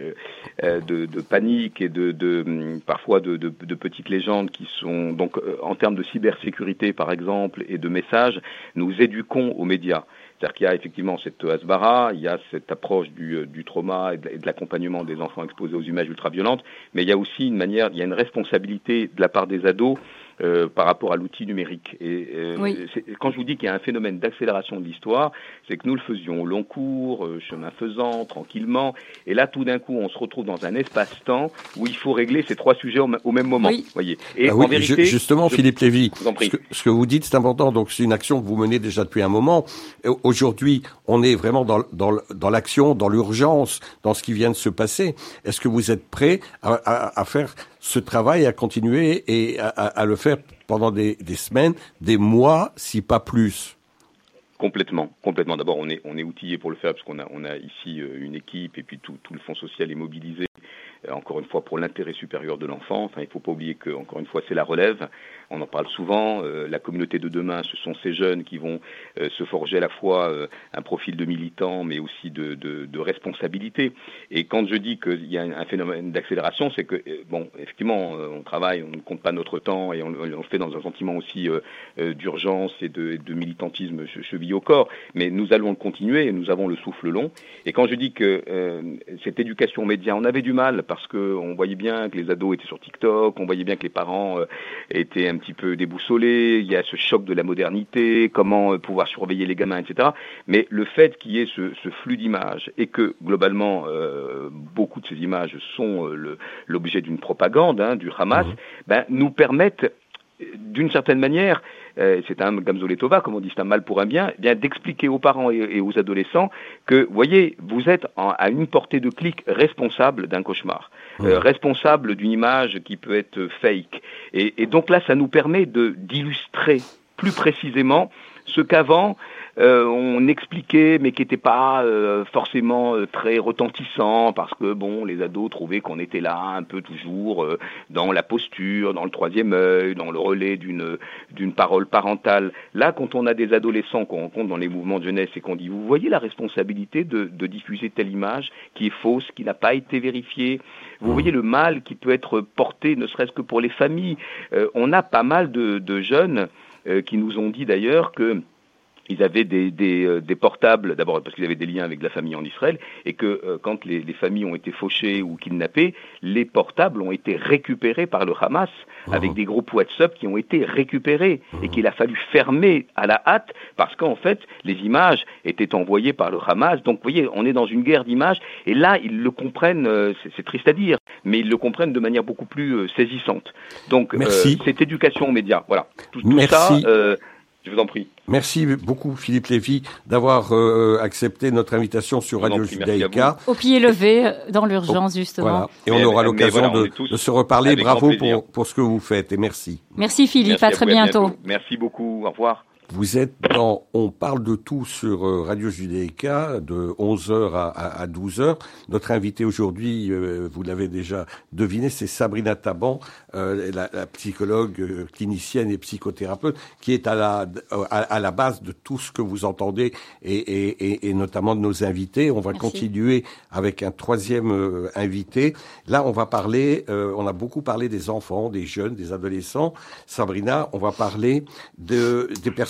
euh, de, de panique et de De, parfois de, de, de petites légendes qui sont donc euh, en termes de cybersécurité par exemple et de messages, nous éduquons aux médias. C'est-à-dire qu'il y a effectivement cette hasbara, il y a cette approche du, du trauma et de, et de l'accompagnement des enfants exposés aux images ultra-violentes, mais il y a aussi une manière, il y a une responsabilité de la part des ados Euh, par rapport à l'outil numérique. Et euh, oui. c'est, quand je vous dis qu'il y a un phénomène d'accélération de l'histoire, c'est que nous le faisions au long cours, euh, chemin faisant, tranquillement, et là tout d'un coup on se retrouve dans un espace-temps où il faut régler ces trois sujets au, au même moment. Oui. Voyez. Et ah en oui, vérité, je, justement, je, Philippe Lévy, ce que, ce que vous dites c'est important. Donc c'est une action que vous menez déjà depuis un moment. Aujourd'hui, on est vraiment dans, dans, dans l'action, dans l'urgence, dans ce qui vient de se passer. Est-ce que vous êtes prêt à, à, à faire ce travail, à continuer et à, à, à le faire pendant des, des semaines, des mois, si pas plus? Complètement, complètement. D'abord, on est on est outillé pour le faire parce qu'on a on a ici une équipe et puis tout tout le fonds social est mobilisé. Encore une fois, pour l'intérêt supérieur de l'enfant. Enfin, il ne faut pas oublier que, encore une fois, c'est la relève. On en parle souvent. Euh, la communauté de demain, ce sont ces jeunes qui vont euh, se forger à la fois euh, un profil de militant, mais aussi de, de, de responsabilité. Et quand je dis qu'il y a un, un phénomène d'accélération, c'est que, euh, bon, effectivement, euh, on travaille, on ne compte pas notre temps et on, on le fait dans un sentiment aussi euh, euh, d'urgence et de, de militantisme chevillé au corps. Mais nous allons le continuer et nous avons le souffle long. Et quand je dis que euh, cette éducation aux médias, on avait du mal parce qu'on voyait bien que les ados étaient sur TikTok, on voyait bien que les parents euh, étaient un petit peu déboussolés, il y a ce choc de la modernité, comment euh, pouvoir surveiller les gamins, et cetera. Mais le fait qu'il y ait ce, ce flux d'images et que, globalement, euh, beaucoup de ces images sont euh, le, l'objet d'une propagande, hein, du Hamas, mmh. ben, nous permettent, d'une certaine manière, euh, c'est un Gamzolé Tova, comme on dit, c'est un mal pour un bien, eh bien d'expliquer aux parents et, et aux adolescents que, voyez, vous êtes en, à une portée de clic responsable d'un cauchemar, mmh. euh, responsable d'une image qui peut être fake. Et, et donc là, ça nous permet de d'illustrer plus précisément ce qu'avant, Euh, on expliquait, mais qui n'était pas euh, forcément euh, très retentissant, parce que bon, les ados trouvaient qu'on était là un peu toujours euh, dans la posture, dans le troisième œil, dans le relais d'une d'une parole parentale. Là, quand on a des adolescents qu'on rencontre dans les mouvements de jeunesse et qu'on dit, vous voyez la responsabilité de, de diffuser telle image qui est fausse, qui n'a pas été vérifiée. Vous voyez le mal qui peut être porté, ne serait-ce que pour les familles. Euh, on a pas mal de, de jeunes euh, qui nous ont dit d'ailleurs que ils avaient des, des, euh, des portables, d'abord parce qu'ils avaient des liens avec la famille en Israël, et que euh, quand les, les familles ont été fauchées ou kidnappées, les portables ont été récupérés par le Hamas, mmh. avec des groupes WhatsApp qui ont été récupérés, mmh. et qu'il a fallu fermer à la hâte, parce qu'en fait, les images étaient envoyées par le Hamas. Donc, vous voyez, on est dans une guerre d'images, et là, ils le comprennent, euh, c'est, c'est triste à dire, mais ils le comprennent de manière beaucoup plus euh, saisissante. Donc, euh, cette éducation aux médias, voilà. Tout, tout Merci. ça, euh, je vous en prie. Merci beaucoup Philippe Lévy d'avoir euh, accepté notre invitation sur Radio Judaïka. Au pied levé, dans l'urgence justement. Voilà. Et on mais, aura l'occasion voilà, de, de se reparler. Bravo pour, pour ce que vous faites et merci. Merci Philippe, merci à, à très bientôt. bientôt. Merci beaucoup, au revoir. Vous êtes dans On parle de tout sur Radio Judaïka de onze heures à, à, à douze heures. Notre invité aujourd'hui, euh, vous l'avez déjà deviné, c'est Sabrina Taban, euh, la, la psychologue euh, clinicienne et psychothérapeute, qui est à la, à, à la base de tout ce que vous entendez et, et, et, et notamment de nos invités. On va Merci. continuer avec un troisième euh, invité. Là, on va parler, euh, on a beaucoup parlé des enfants, des jeunes, des adolescents. Sabrina, on va parler de, des personnes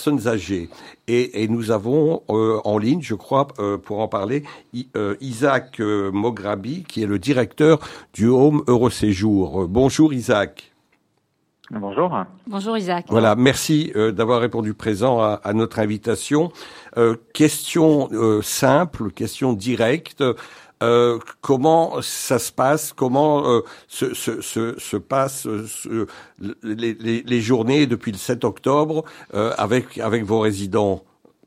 personnes âgées. Et, et nous avons euh, en ligne, je crois, euh, pour en parler, I, euh, Isaac euh, Mograbi, qui est le directeur du Home Euroséjour. Euh, bonjour Isaac. Bonjour. Bonjour Isaac. Voilà, merci euh, d'avoir répondu présent à, à notre invitation. Euh, question euh, simple, question directe. Euh, comment ça se passe? Comment euh, se, se, se, se passent euh, les, les, les journées depuis le sept octobre euh, avec avec vos résidents?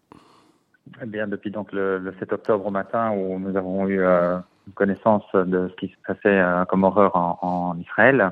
Eh bien, depuis donc le, le sept octobre au matin, où nous avons eu euh, connaissance de ce qui se passait euh, comme horreur en, en Israël,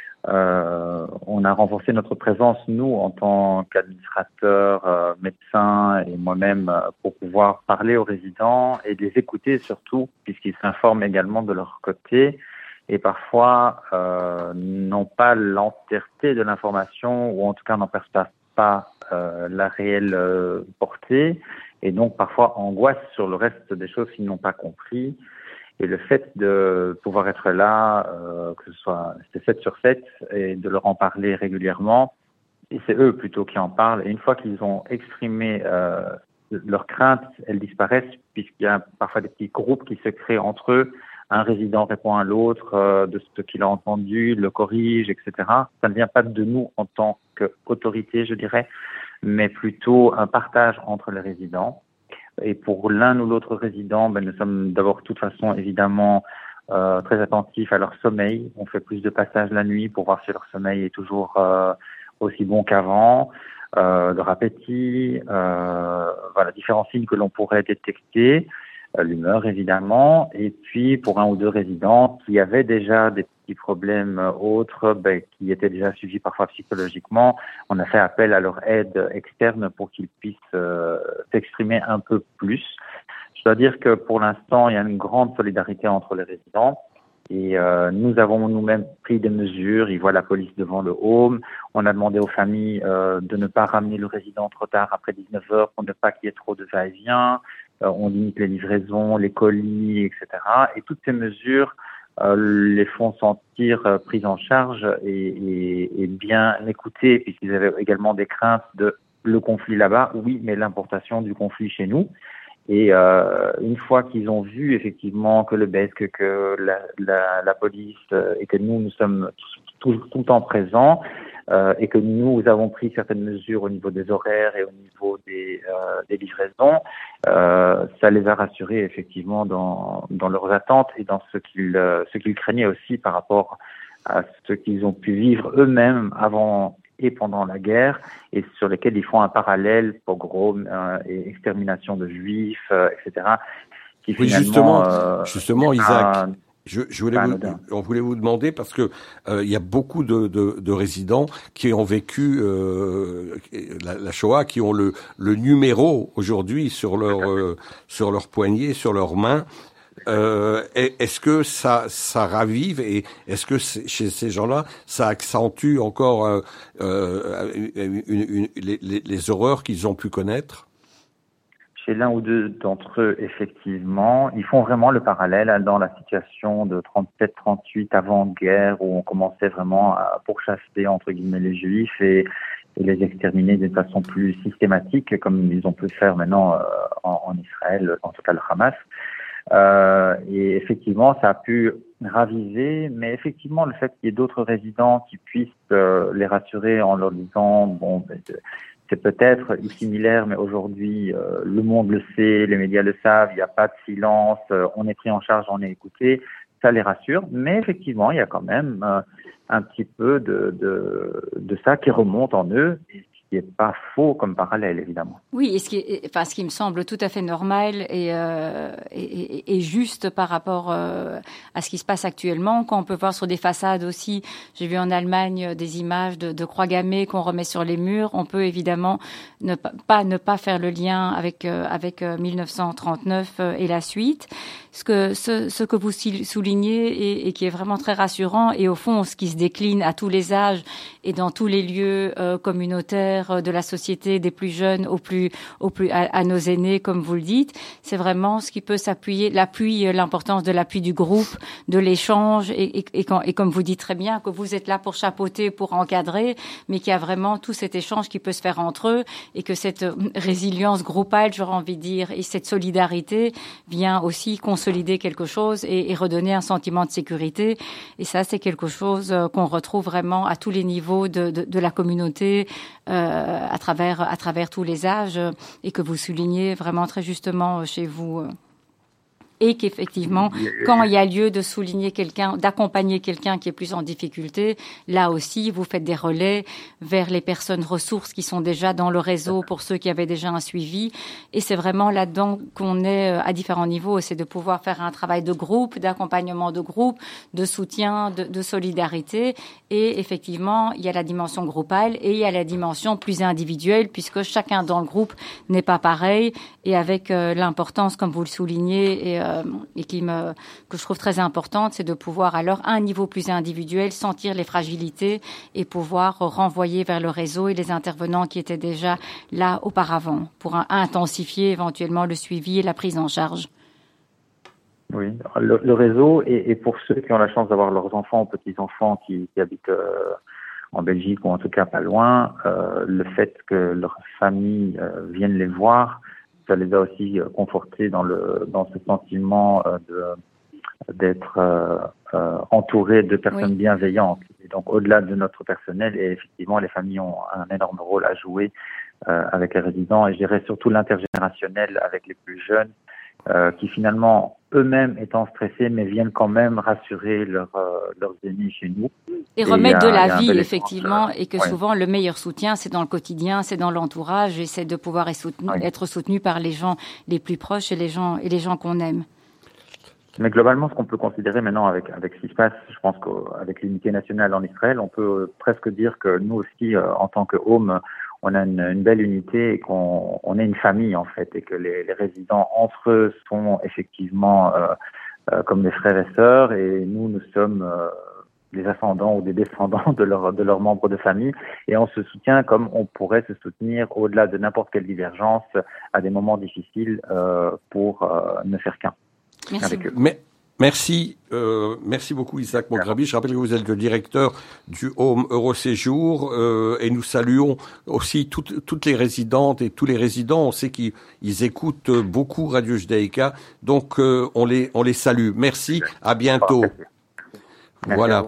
euh, on a renforcé notre présence, nous, en tant qu'administrateurs, euh, médecins et moi-même, euh, pour pouvoir parler aux résidents et les écouter surtout, puisqu'ils s'informent également de leur côté et parfois euh, n'ont pas l'entièreté de l'information, ou en tout cas n'en perçoivent pas euh, la réelle euh, portée, et donc parfois angoissent sur le reste des choses qu'ils n'ont pas compris. Et le fait de pouvoir être là, euh, que ce soit c'est sept sur sept, et de leur en parler régulièrement, et c'est eux plutôt qui en parlent, et une fois qu'ils ont exprimé euh, leurs craintes, elles disparaissent, puisqu'il y a parfois des petits groupes qui se créent entre eux. Un résident répond à l'autre euh, de ce qu'il a entendu, le corrige, et cetera. Ça ne vient pas de nous en tant qu'autorité, je dirais, mais plutôt un partage entre les résidents. Et pour l'un ou l'autre résident, ben, nous sommes d'abord, de toute façon, évidemment, euh, très attentifs à leur sommeil. On fait plus de passages la nuit pour voir si leur sommeil est toujours euh, aussi bon qu'avant, euh, leur appétit, euh, voilà, différents signes que l'on pourrait détecter, euh, l'humeur évidemment. Et puis, pour un ou deux résidents qui avaient déjà des petits problèmes autres, ben, qui étaient déjà suivis parfois psychologiquement, on a fait appel à leur aide externe pour qu'ils puissent euh, s'exprimer un peu plus. Je dois dire que pour l'instant, il y a une grande solidarité entre les résidents et euh, nous avons nous-mêmes pris des mesures. Ils voient la police devant le home. On a demandé aux familles euh, de ne pas ramener le résident trop tard après dix-neuf heures pour ne pas qu'il y ait trop de va-et-vient. Euh, on limite les livraisons, les colis, et cetera. Et toutes ces mesures Euh, les font sentir euh, pris en charge et, et, et bien écoutés, puisqu'ils avaient également des craintes de le conflit là-bas, oui, mais l'importation du conflit chez nous. Et euh, une fois qu'ils ont vu effectivement que le B E S, que, que la, la, la police euh, et que nous, nous sommes tout, tout, tout le temps présents, euh, et que nous avons pris certaines mesures au niveau des horaires et au niveau des, euh, des livraisons, euh, ça les a rassurés effectivement dans, dans leurs attentes et dans ce qu'ils, euh, ce qu'ils craignaient aussi par rapport à ce qu'ils ont pu vivre eux-mêmes avant et pendant la guerre, et sur lesquels ils font un parallèle, pogrom euh, et extermination de juifs, euh, et cetera. Qui oui, finalement, justement, euh, justement, Isaac. un, Je, je voulais vous, on voulait vous demander parce que euh, il y a beaucoup de, de, de résidents qui ont vécu euh, la, la Shoah, qui ont le, le numéro aujourd'hui sur leur euh, sur leur poignet, sur leurs mains. Euh, est-ce que ça ça ravive et est-ce que chez ces gens-là ça accentue encore euh, euh, une, une, une, les, les, les horreurs qu'ils ont pu connaître? Chez l'un ou deux d'entre eux, effectivement, ils font vraiment le parallèle dans la situation de trente-sept trente-huit avant-guerre, où on commençait vraiment à pourchasser, entre guillemets, les Juifs et, et les exterminer d'une façon plus systématique, comme ils ont pu le faire maintenant euh, en, en Israël, en tout cas le Hamas. Euh, et effectivement, ça a pu raviver, mais effectivement, le fait qu'il y ait d'autres résidents qui puissent euh, les rassurer en leur disant, bon, ben, c'est peut-être similaire, mais aujourd'hui, euh, le monde le sait, les médias le savent, il n'y a pas de silence, euh, on est pris en charge, on est écouté, ça les rassure. Mais effectivement, il y a quand même euh, un petit peu de, de, de ça qui remonte en eux, et ce qui n'est pas faux comme parallèle, évidemment. Oui, et ce qui, enfin, ce qui me semble tout à fait normal et, euh, et, et, et juste par rapport euh, à ce qui se passe actuellement, quand on peut voir sur des façades aussi, j'ai vu en Allemagne des images de, de croix gammées qu'on remet sur les murs, on peut évidemment ne pas, pas ne pas faire le lien avec, euh, avec euh, mille neuf cent trente-neuf euh, et la suite. ce que ce, ce que vous soulignez et, et qui est vraiment très rassurant, et au fond ce qui se décline à tous les âges et dans tous les lieux euh, communautaires de la société, des plus jeunes aux plus aux plus à, à nos aînés, comme vous le dites, c'est vraiment ce qui peut s'appuyer, l'appui, l'importance de l'appui du groupe, de l'échange, et, et, et, quand, et comme vous dites très bien, que vous êtes là pour chapeauter, pour encadrer, mais qu'il y a vraiment tout cet échange qui peut se faire entre eux, et que cette résilience groupale, j'aurais envie de dire, et cette solidarité vient aussi consolider quelque chose et, et redonner un sentiment de sécurité. Et ça, c'est quelque chose qu'on retrouve vraiment à tous les niveaux de, de, de la communauté, euh, à travers à travers tous les âges, et que vous soulignez vraiment très justement chez vous. Et qu'effectivement, quand il y a lieu de souligner quelqu'un, d'accompagner quelqu'un qui est plus en difficulté, là aussi, vous faites des relais vers les personnes ressources qui sont déjà dans le réseau pour ceux qui avaient déjà un suivi. Et c'est vraiment là-dedans qu'on est à différents niveaux. C'est de pouvoir faire un travail de groupe, d'accompagnement de groupe, de soutien, de, de solidarité. Et effectivement, il y a la dimension groupale et il y a la dimension plus individuelle, puisque chacun dans le groupe n'est pas pareil. Et avec euh, l'importance, comme vous le soulignez, et euh, et qui me, que je trouve très importante, c'est de pouvoir alors à un niveau plus individuel sentir les fragilités et pouvoir renvoyer vers le réseau et les intervenants qui étaient déjà là auparavant pour un, intensifier éventuellement le suivi et la prise en charge. Oui, le, le réseau, et, et pour ceux qui ont la chance d'avoir leurs enfants ou petits-enfants qui, qui habitent euh, en Belgique ou en tout cas pas loin, euh, le fait que leur famille euh, vienne les voir, ça les a aussi confortés dans le dans ce sentiment euh, de d'être euh, euh, entourés de personnes oui. bienveillantes. Et donc au-delà de notre personnel, et effectivement les familles ont un énorme rôle à jouer euh, avec les résidents, et je dirais surtout l'intergénérationnel avec les plus jeunes, euh, qui finalement eux-mêmes étant stressés, mais viennent quand même rassurer leurs euh, leurs aînés chez nous. Et, et remettre a, de la vie, effectivement, euh, et que ouais. souvent le meilleur soutien, c'est dans le quotidien, c'est dans l'entourage, et c'est de pouvoir être soutenu, ouais. être soutenu par les gens les plus proches et les gens et les gens qu'on aime. Mais globalement, ce qu'on peut considérer maintenant avec avec ce qui se passe, je pense qu'avec l'unité nationale en Israël, on peut presque dire que nous aussi, euh, en tant que Home, on a une, une belle unité et qu'on on est une famille en fait, et que les, les résidents entre eux sont effectivement euh, euh, comme des frères et sœurs, et nous nous sommes euh, des ascendants ou des descendants de leurs de leurs membres de famille, et on se soutient comme on pourrait se soutenir au-delà de n'importe quelle divergence à des moments difficiles euh, pour euh, ne faire qu'un. Merci. Avec eux. Mais Merci, euh, merci beaucoup Isaac Mograbi. Je rappelle que vous êtes le directeur du Home Euroséjour euh, et nous saluons aussi toutes, toutes les résidentes et tous les résidents. On sait qu'ils ils écoutent beaucoup Radio Judaïka, donc euh, on les on les salue. Merci, à bientôt. Merci. Voilà.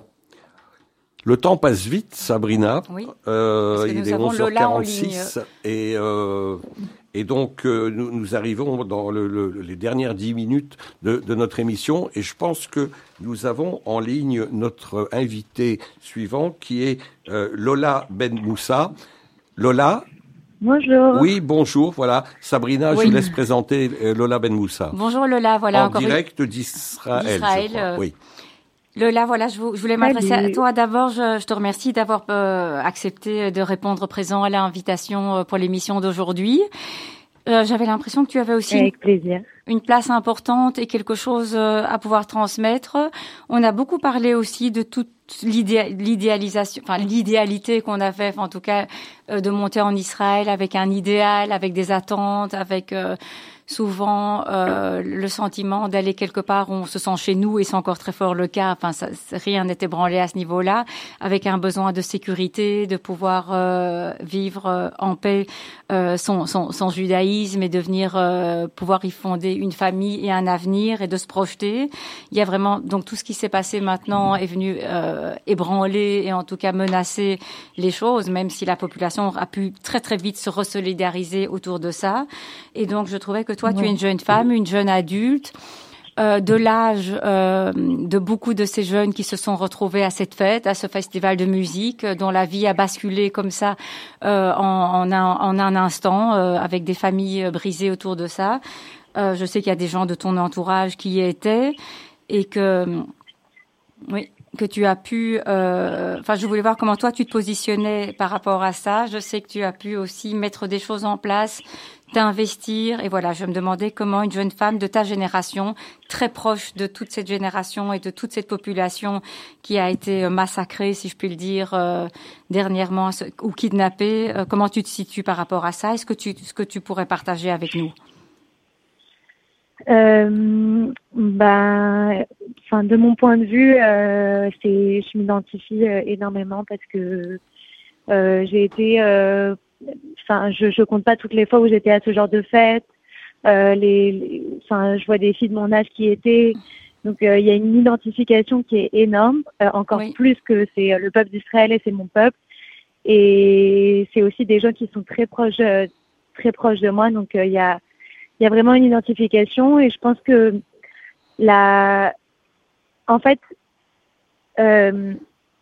Le temps passe vite, Sabrina. Oui. Euh, il est onze heures quarante-six et euh, Et donc, euh, nous, nous arrivons dans le, le, les dernières dix minutes de, de notre émission, et je pense que nous avons en ligne notre invité suivant, qui est euh, Lola Ben Moussa. Lola. Bonjour. Oui, bonjour. Voilà, Sabrina, oui. je vous laisse présenter euh, Lola Ben Moussa. Bonjour Lola, voilà en encore direct une... d'Israël. d'Israël, je crois. euh... Oui. Lola, voilà, je, vous, je voulais m'adresser à toi. D'abord, je, je te remercie d'avoir euh, accepté de répondre présent à l'invitation pour l'émission d'aujourd'hui. Euh, j'avais l'impression que tu avais aussi Avec plaisir. une place importante et quelque chose euh, à pouvoir transmettre. On a beaucoup parlé aussi de toute l'idé- l'idéalisation, enfin l'idéalité qu'on avait, en tout cas, euh, de monter en Israël avec un idéal, avec des attentes, avec euh, souvent euh, le sentiment d'aller quelque part où on se sent chez nous, et c'est encore très fort le cas. Enfin, ça, rien n'est ébranlé à ce niveau-là, avec un besoin de sécurité, de pouvoir euh, vivre euh, en paix euh, son, son, son judaïsme, et de venir euh, pouvoir y fonder une famille et un avenir, et de se projeter. Il y a vraiment donc tout ce qui s'est passé maintenant est venu euh, ébranler et en tout cas menacer les choses, même si la population a pu très très vite se resolidariser autour de ça. Et donc je trouvais que toi, tu es une jeune femme, une jeune adulte, euh, de l'âge euh, de beaucoup de ces jeunes qui se sont retrouvés à cette fête, à ce festival de musique, euh, dont la vie a basculé comme ça euh, en, en, un, en un instant, euh, avec des familles brisées autour de ça. Euh, je sais qu'il y a des gens de ton entourage qui y étaient, et que, oui, que tu as pu... Euh, enfin, je voulais voir comment toi, tu te positionnais par rapport à ça. Je sais que tu as pu aussi mettre des choses en place, d'investir. Et voilà, je me demandais comment une jeune femme de ta génération, très proche de toute cette génération et de toute cette population qui a été massacrée, si je puis le dire, euh, dernièrement, ou kidnappée, euh, comment tu te situes par rapport à ça? Est-ce que tu, ce que tu pourrais partager avec nous? Euh, ben, enfin, de mon point de vue, euh, c'est, je m'identifie euh, énormément parce que euh, j'ai été, euh, enfin, je, je compte pas toutes les fois où j'étais à ce genre de fête. Euh, les, les, enfin, je vois des filles de mon âge qui étaient, donc euh, il y a une identification qui est énorme, euh, encore oui. plus que c'est le peuple d'Israël et c'est mon peuple. Et c'est aussi des gens qui sont très proches, euh, très proches de moi, donc il euh, y a Il y a vraiment une identification et je pense que la, en fait, euh,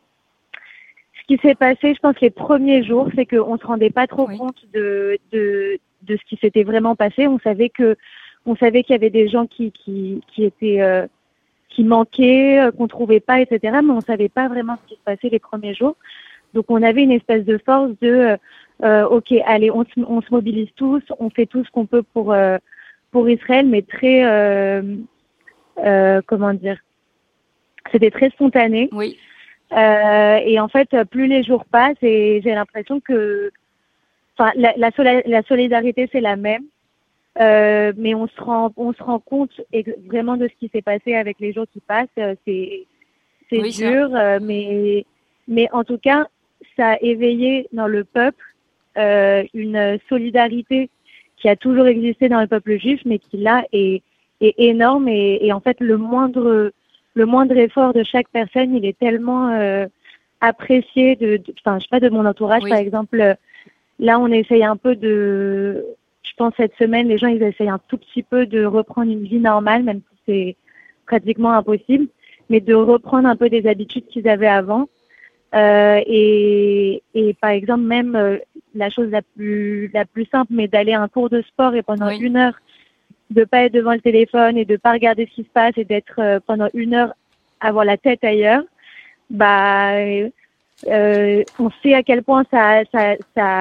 ce qui s'est passé, je pense les premiers jours, c'est qu'on se rendait pas trop oui. compte de, de de ce qui s'était vraiment passé. On savait que, on savait qu'il y avait des gens qui qui qui étaient euh, qui manquaient, euh, qu'on trouvait pas, et cetera. Mais on savait pas vraiment ce qui se passait les premiers jours. Donc on avait une espèce de force de euh, Euh, ok, allez, on se, on se mobilise tous, on fait tout ce qu'on peut pour euh, pour Israël, mais très euh, euh, comment dire, c'était très spontané. Oui. Euh, et en fait, plus les jours passent, et j'ai l'impression que, enfin, la, la, la solidarité c'est la même, euh, mais on se rend on se rend compte vraiment de ce qui s'est passé avec les jours qui passent. C'est c'est oui, dur, euh, mais mais en tout cas, ça a éveillé dans le peuple Euh, une solidarité qui a toujours existé dans le peuple juif, mais qui là est, est énorme et, et en fait le moindre le moindre effort de chaque personne, il est tellement euh, apprécié de, enfin je sais pas, de mon entourage oui. par exemple. Là on essaye un peu de, je pense cette semaine les gens ils essayent un tout petit peu de reprendre une vie normale, même si c'est pratiquement impossible, mais de reprendre un peu des habitudes qu'ils avaient avant. Euh, et, et par exemple même euh, la chose la plus la plus simple, mais d'aller à un cours de sport et pendant oui. une heure de pas être devant le téléphone et de pas regarder ce qui se passe et d'être euh, pendant une heure avoir la tête ailleurs, bah euh, on sait à quel point ça ça ça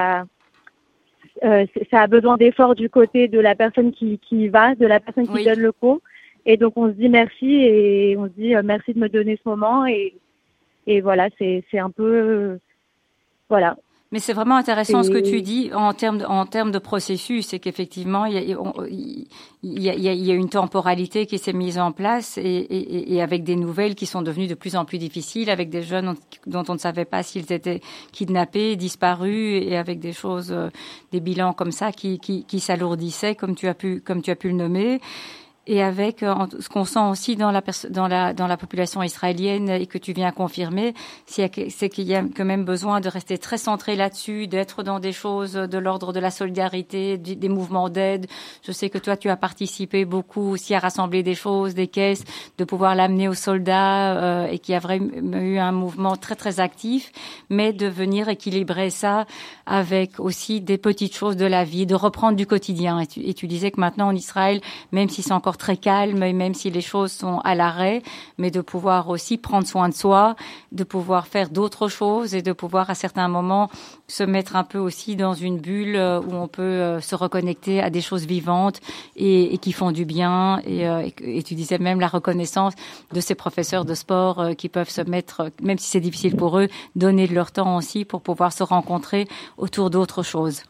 euh, ça a besoin d'efforts du côté de la personne qui qui y va, de la personne qui oui. donne le cours, et donc on se dit merci et on se dit euh, merci de me donner ce moment et Et voilà, c'est c'est un peu euh, voilà. Mais c'est vraiment intéressant ce que tu dis en termes de, en termes de processus, c'est qu'effectivement il y a il y a, il y a, il y a une temporalité qui s'est mise en place et, et, et avec des nouvelles qui sont devenues de plus en plus difficiles, avec des jeunes dont on ne savait pas s'ils étaient kidnappés, disparus, et avec des choses, des bilans comme ça qui qui, qui s'alourdissaient, comme tu as pu comme tu as pu le nommer. Et avec euh, ce qu'on sent aussi dans la, dans la dans la population israélienne et que tu viens confirmer, c'est qu'il y a quand même besoin de rester très centré là-dessus, d'être dans des choses de l'ordre de la solidarité, des mouvements d'aide. Je sais que toi, tu as participé beaucoup aussi à rassembler des choses, des caisses, de pouvoir l'amener aux soldats euh, et qu'il y a vraiment eu un mouvement très, très actif, mais de venir équilibrer ça avec aussi des petites choses de la vie, de reprendre du quotidien. Et tu, et tu disais que maintenant, en Israël, même si c'est encore très calme, et même si les choses sont à l'arrêt, mais de pouvoir aussi prendre soin de soi, de pouvoir faire d'autres choses et de pouvoir à certains moments se mettre un peu aussi dans une bulle où on peut se reconnecter à des choses vivantes et, et qui font du bien. Et, et, et tu disais même la reconnaissance de ces professeurs de sport qui peuvent se mettre, même si c'est difficile pour eux, donner de leur temps aussi pour pouvoir se rencontrer autour d'autres choses.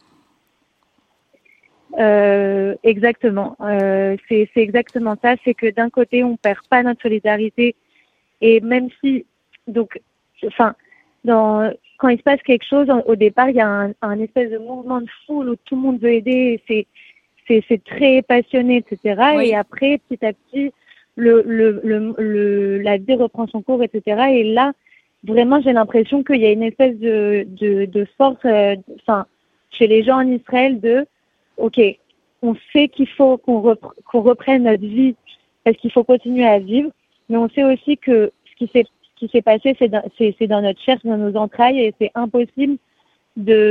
Euh, exactement. Euh, c'est, c'est exactement ça. C'est que d'un côté, on perd pas notre solidarité, et même si, donc, enfin, dans, quand il se passe quelque chose, au départ, il y a un, un espèce de mouvement de foule où tout le monde veut aider. C'est, c'est, c'est très passionné, et cetera. Oui. Et après, petit à petit, le, le, le, le, la vie reprend son cours, et cetera. Et là, vraiment, j'ai l'impression qu'il y a une espèce de, de, de force, enfin, euh, chez les gens en Israël de ok, on sait qu'il faut qu'on, repre- qu'on reprenne notre vie parce qu'il faut continuer à vivre, mais on sait aussi que ce qui s'est, ce qui s'est passé, c'est dans, c'est, c'est dans notre chair, c'est dans nos entrailles, et c'est impossible de,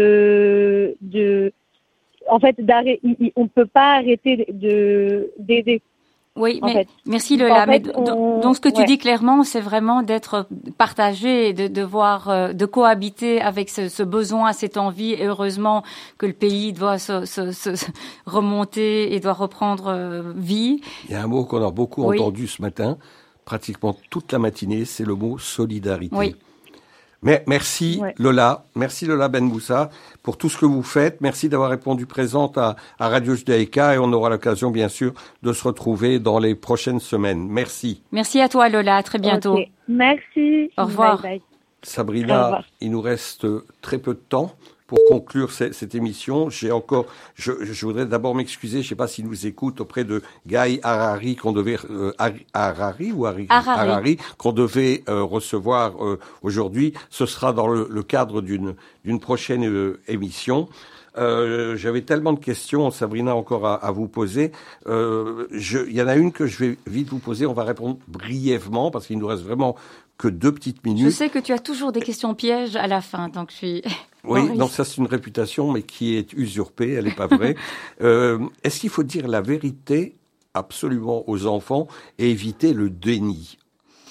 de, en fait, d'arrêter. On peut pas arrêter de, d'aider. Oui, mais fait. merci Lola. En fait, mais on... donc ce que tu ouais. dis clairement, c'est vraiment d'être partagé, de, de voir, euh, de cohabiter avec ce, ce besoin, cette envie. Et heureusement que le pays doit se, se, se remonter et doit reprendre euh, vie. Il y a un mot qu'on a beaucoup oui. entendu ce matin, pratiquement toute la matinée, c'est le mot solidarité. Oui. Mais merci ouais. Lola, merci Lola Benmoussa pour tout ce que vous faites. Merci d'avoir répondu présente à, à Radio Judaïka et on aura l'occasion bien sûr de se retrouver dans les prochaines semaines. Merci. Merci à toi Lola, à très bientôt. Okay. Merci. Au revoir. Bye bye. Sabrina, Au revoir. Il nous reste très peu de temps pour conclure cette, cette émission. J'ai encore, je, je voudrais d'abord m'excuser, je ne sais pas s'il nous écoute, auprès de Guy Harari qu'on devait euh, Harari ou Harari, Harari. Harari qu'on devait euh, recevoir euh, aujourd'hui. Ce sera dans le, le cadre d'une d'une prochaine euh, émission. Euh, j'avais tellement de questions, Sabrina, encore à, à vous poser. Euh, je, il y en a une que je vais vite vous poser. On va répondre brièvement parce qu'il nous reste vraiment que deux petites minutes. Je sais que tu as toujours des questions pièges à la fin, donc je suis... Oui, donc ça c'est une réputation, mais qui est usurpée, elle n'est pas vraie. euh, est-ce qu'il faut dire la vérité absolument aux enfants et éviter le déni ?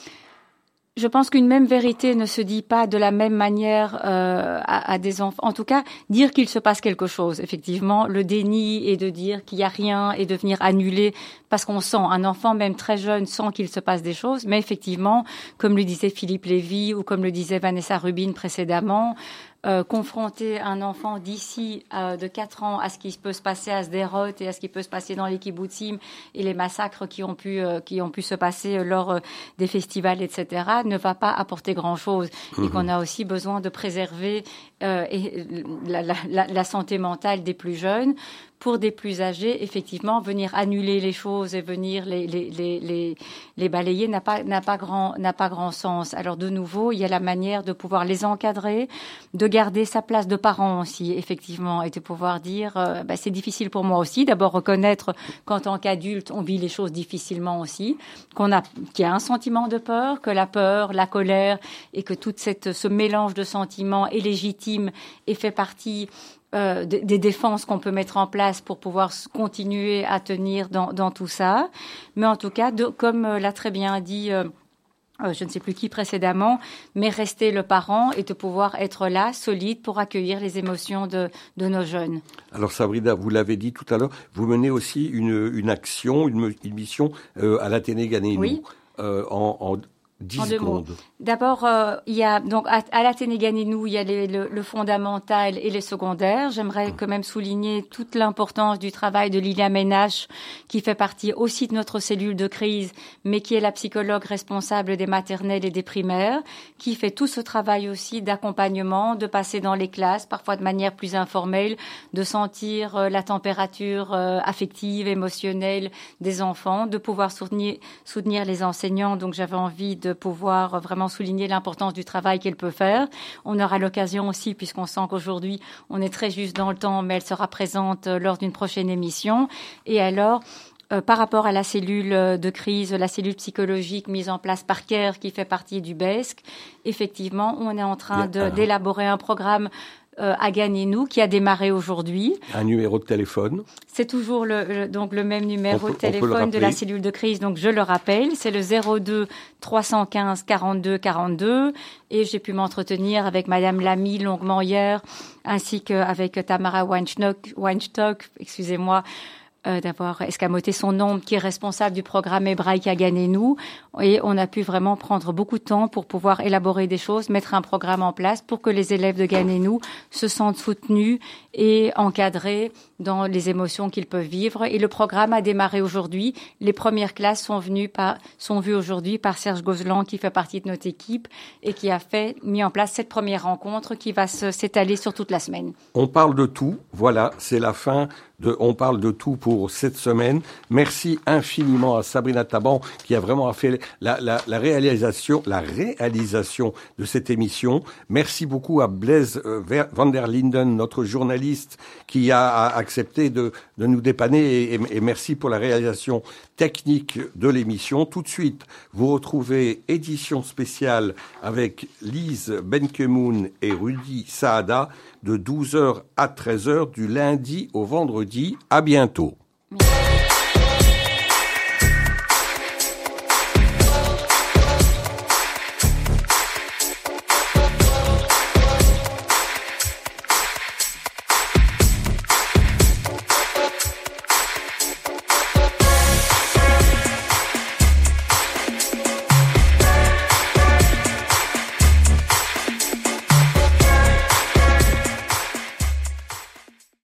Je pense qu'une même vérité ne se dit pas de la même manière euh, à, à des enfants. En tout cas, dire qu'il se passe quelque chose. Effectivement, le déni et de dire qu'il n'y a rien et de venir annuler parce qu'on sent, un enfant même très jeune sent qu'il se passe des choses. Mais effectivement, comme le disait Philippe Lévy ou comme le disait Vanessa Rubin précédemment, Euh, confronter un enfant d'ici euh, de quatre ans à ce qui peut se passer à Sderot et à ce qui peut se passer dans les kibbutzim et les massacres qui ont pu euh, qui ont pu se passer lors euh, des festivals, et cetera, ne va pas apporter grand-chose. Mmh. Et qu'on a aussi besoin de préserver euh, et, la, la, la, la santé mentale des plus jeunes. Pour des plus âgés, effectivement, venir annuler les choses et venir les les les les, les balayer n'a pas n'a pas grand n'a pas grand sens. Alors de nouveau, il y a la manière de pouvoir les encadrer, de garder sa place de parent aussi, effectivement, et de pouvoir dire euh, bah, c'est difficile pour moi aussi. D'abord reconnaître qu'en tant qu'adulte, on vit les choses difficilement aussi, qu'on a qu'il y a un sentiment de peur, que la peur, la colère et que toute cette ce mélange de sentiments est légitime et fait partie Euh, des défenses qu'on peut mettre en place pour pouvoir continuer à tenir dans, dans tout ça. Mais en tout cas, de, comme euh, l'a très bien dit, euh, euh, je ne sais plus qui précédemment, mais rester le parent et de pouvoir être là, solide, pour accueillir les émotions de, de nos jeunes. Alors Sabrina, vous l'avez dit tout à l'heure, vous menez aussi une, une action, une, une mission euh, à l'Athénée Ghanénou. Oui. Euh, en, en dix secondes. D'abord, euh, il y a donc à, à l'Athénée Ghanénou, il y a les, le, le fondamental et les secondaires. J'aimerais quand même souligner toute l'importance du travail de Lilia Ménache, qui fait partie aussi de notre cellule de crise, mais qui est la psychologue responsable des maternelles et des primaires, qui fait tout ce travail aussi d'accompagnement, de passer dans les classes, parfois de manière plus informelle, de sentir euh, la température euh, affective, émotionnelle des enfants, de pouvoir soutenir, soutenir les enseignants. Donc j'avais envie de de pouvoir vraiment souligner l'importance du travail qu'elle peut faire. On aura l'occasion aussi, puisqu'on sent qu'aujourd'hui, on est très juste dans le temps, mais elle sera présente lors d'une prochaine émission. Et alors, euh, par rapport à la cellule de crise, la cellule psychologique mise en place par CARE, qui fait partie du B E S C, effectivement, on est en train de, d'élaborer un programme Euh, à Ghanénou, qui a démarré aujourd'hui. Un numéro de téléphone. C'est toujours le, le, donc le même numéro peut, de téléphone de la cellule de crise, donc je le rappelle, c'est le zéro deux trois cent quinze quarante-deux quarante-deux, et j'ai pu m'entretenir avec Madame Lamy longuement hier, ainsi qu'avec Tamara Weinstock, Weinstock, excusez-moi, Euh, d'avoir escamoté son nom, qui est responsable du programme hébraïque à Ghanénou. Et on a pu vraiment prendre beaucoup de temps pour pouvoir élaborer des choses, mettre un programme en place pour que les élèves de Ghanénou se sentent soutenus et encadrés dans les émotions qu'ils peuvent vivre. Et le programme a démarré aujourd'hui. Les premières classes sont venues par, sont vues aujourd'hui par Serge Gozlan, qui fait partie de notre équipe et qui a fait, mis en place cette première rencontre qui va se, s'étaler sur toute la semaine. On parle de tout. Voilà, c'est la fin de On parle de tout pour cette semaine. Merci infiniment à Sabrina Taban qui a vraiment fait la, la, la réalisation, la réalisation de cette émission. Merci beaucoup à Blaise van der Linden, notre journaliste, qui a, a accepté de, de nous dépanner et, et, et merci pour la réalisation technique de l'émission. Tout de suite, vous retrouvez édition spéciale avec Lise Benkemoun et Rudy Saada de douze heures à treize heures du lundi au vendredi. À bientôt.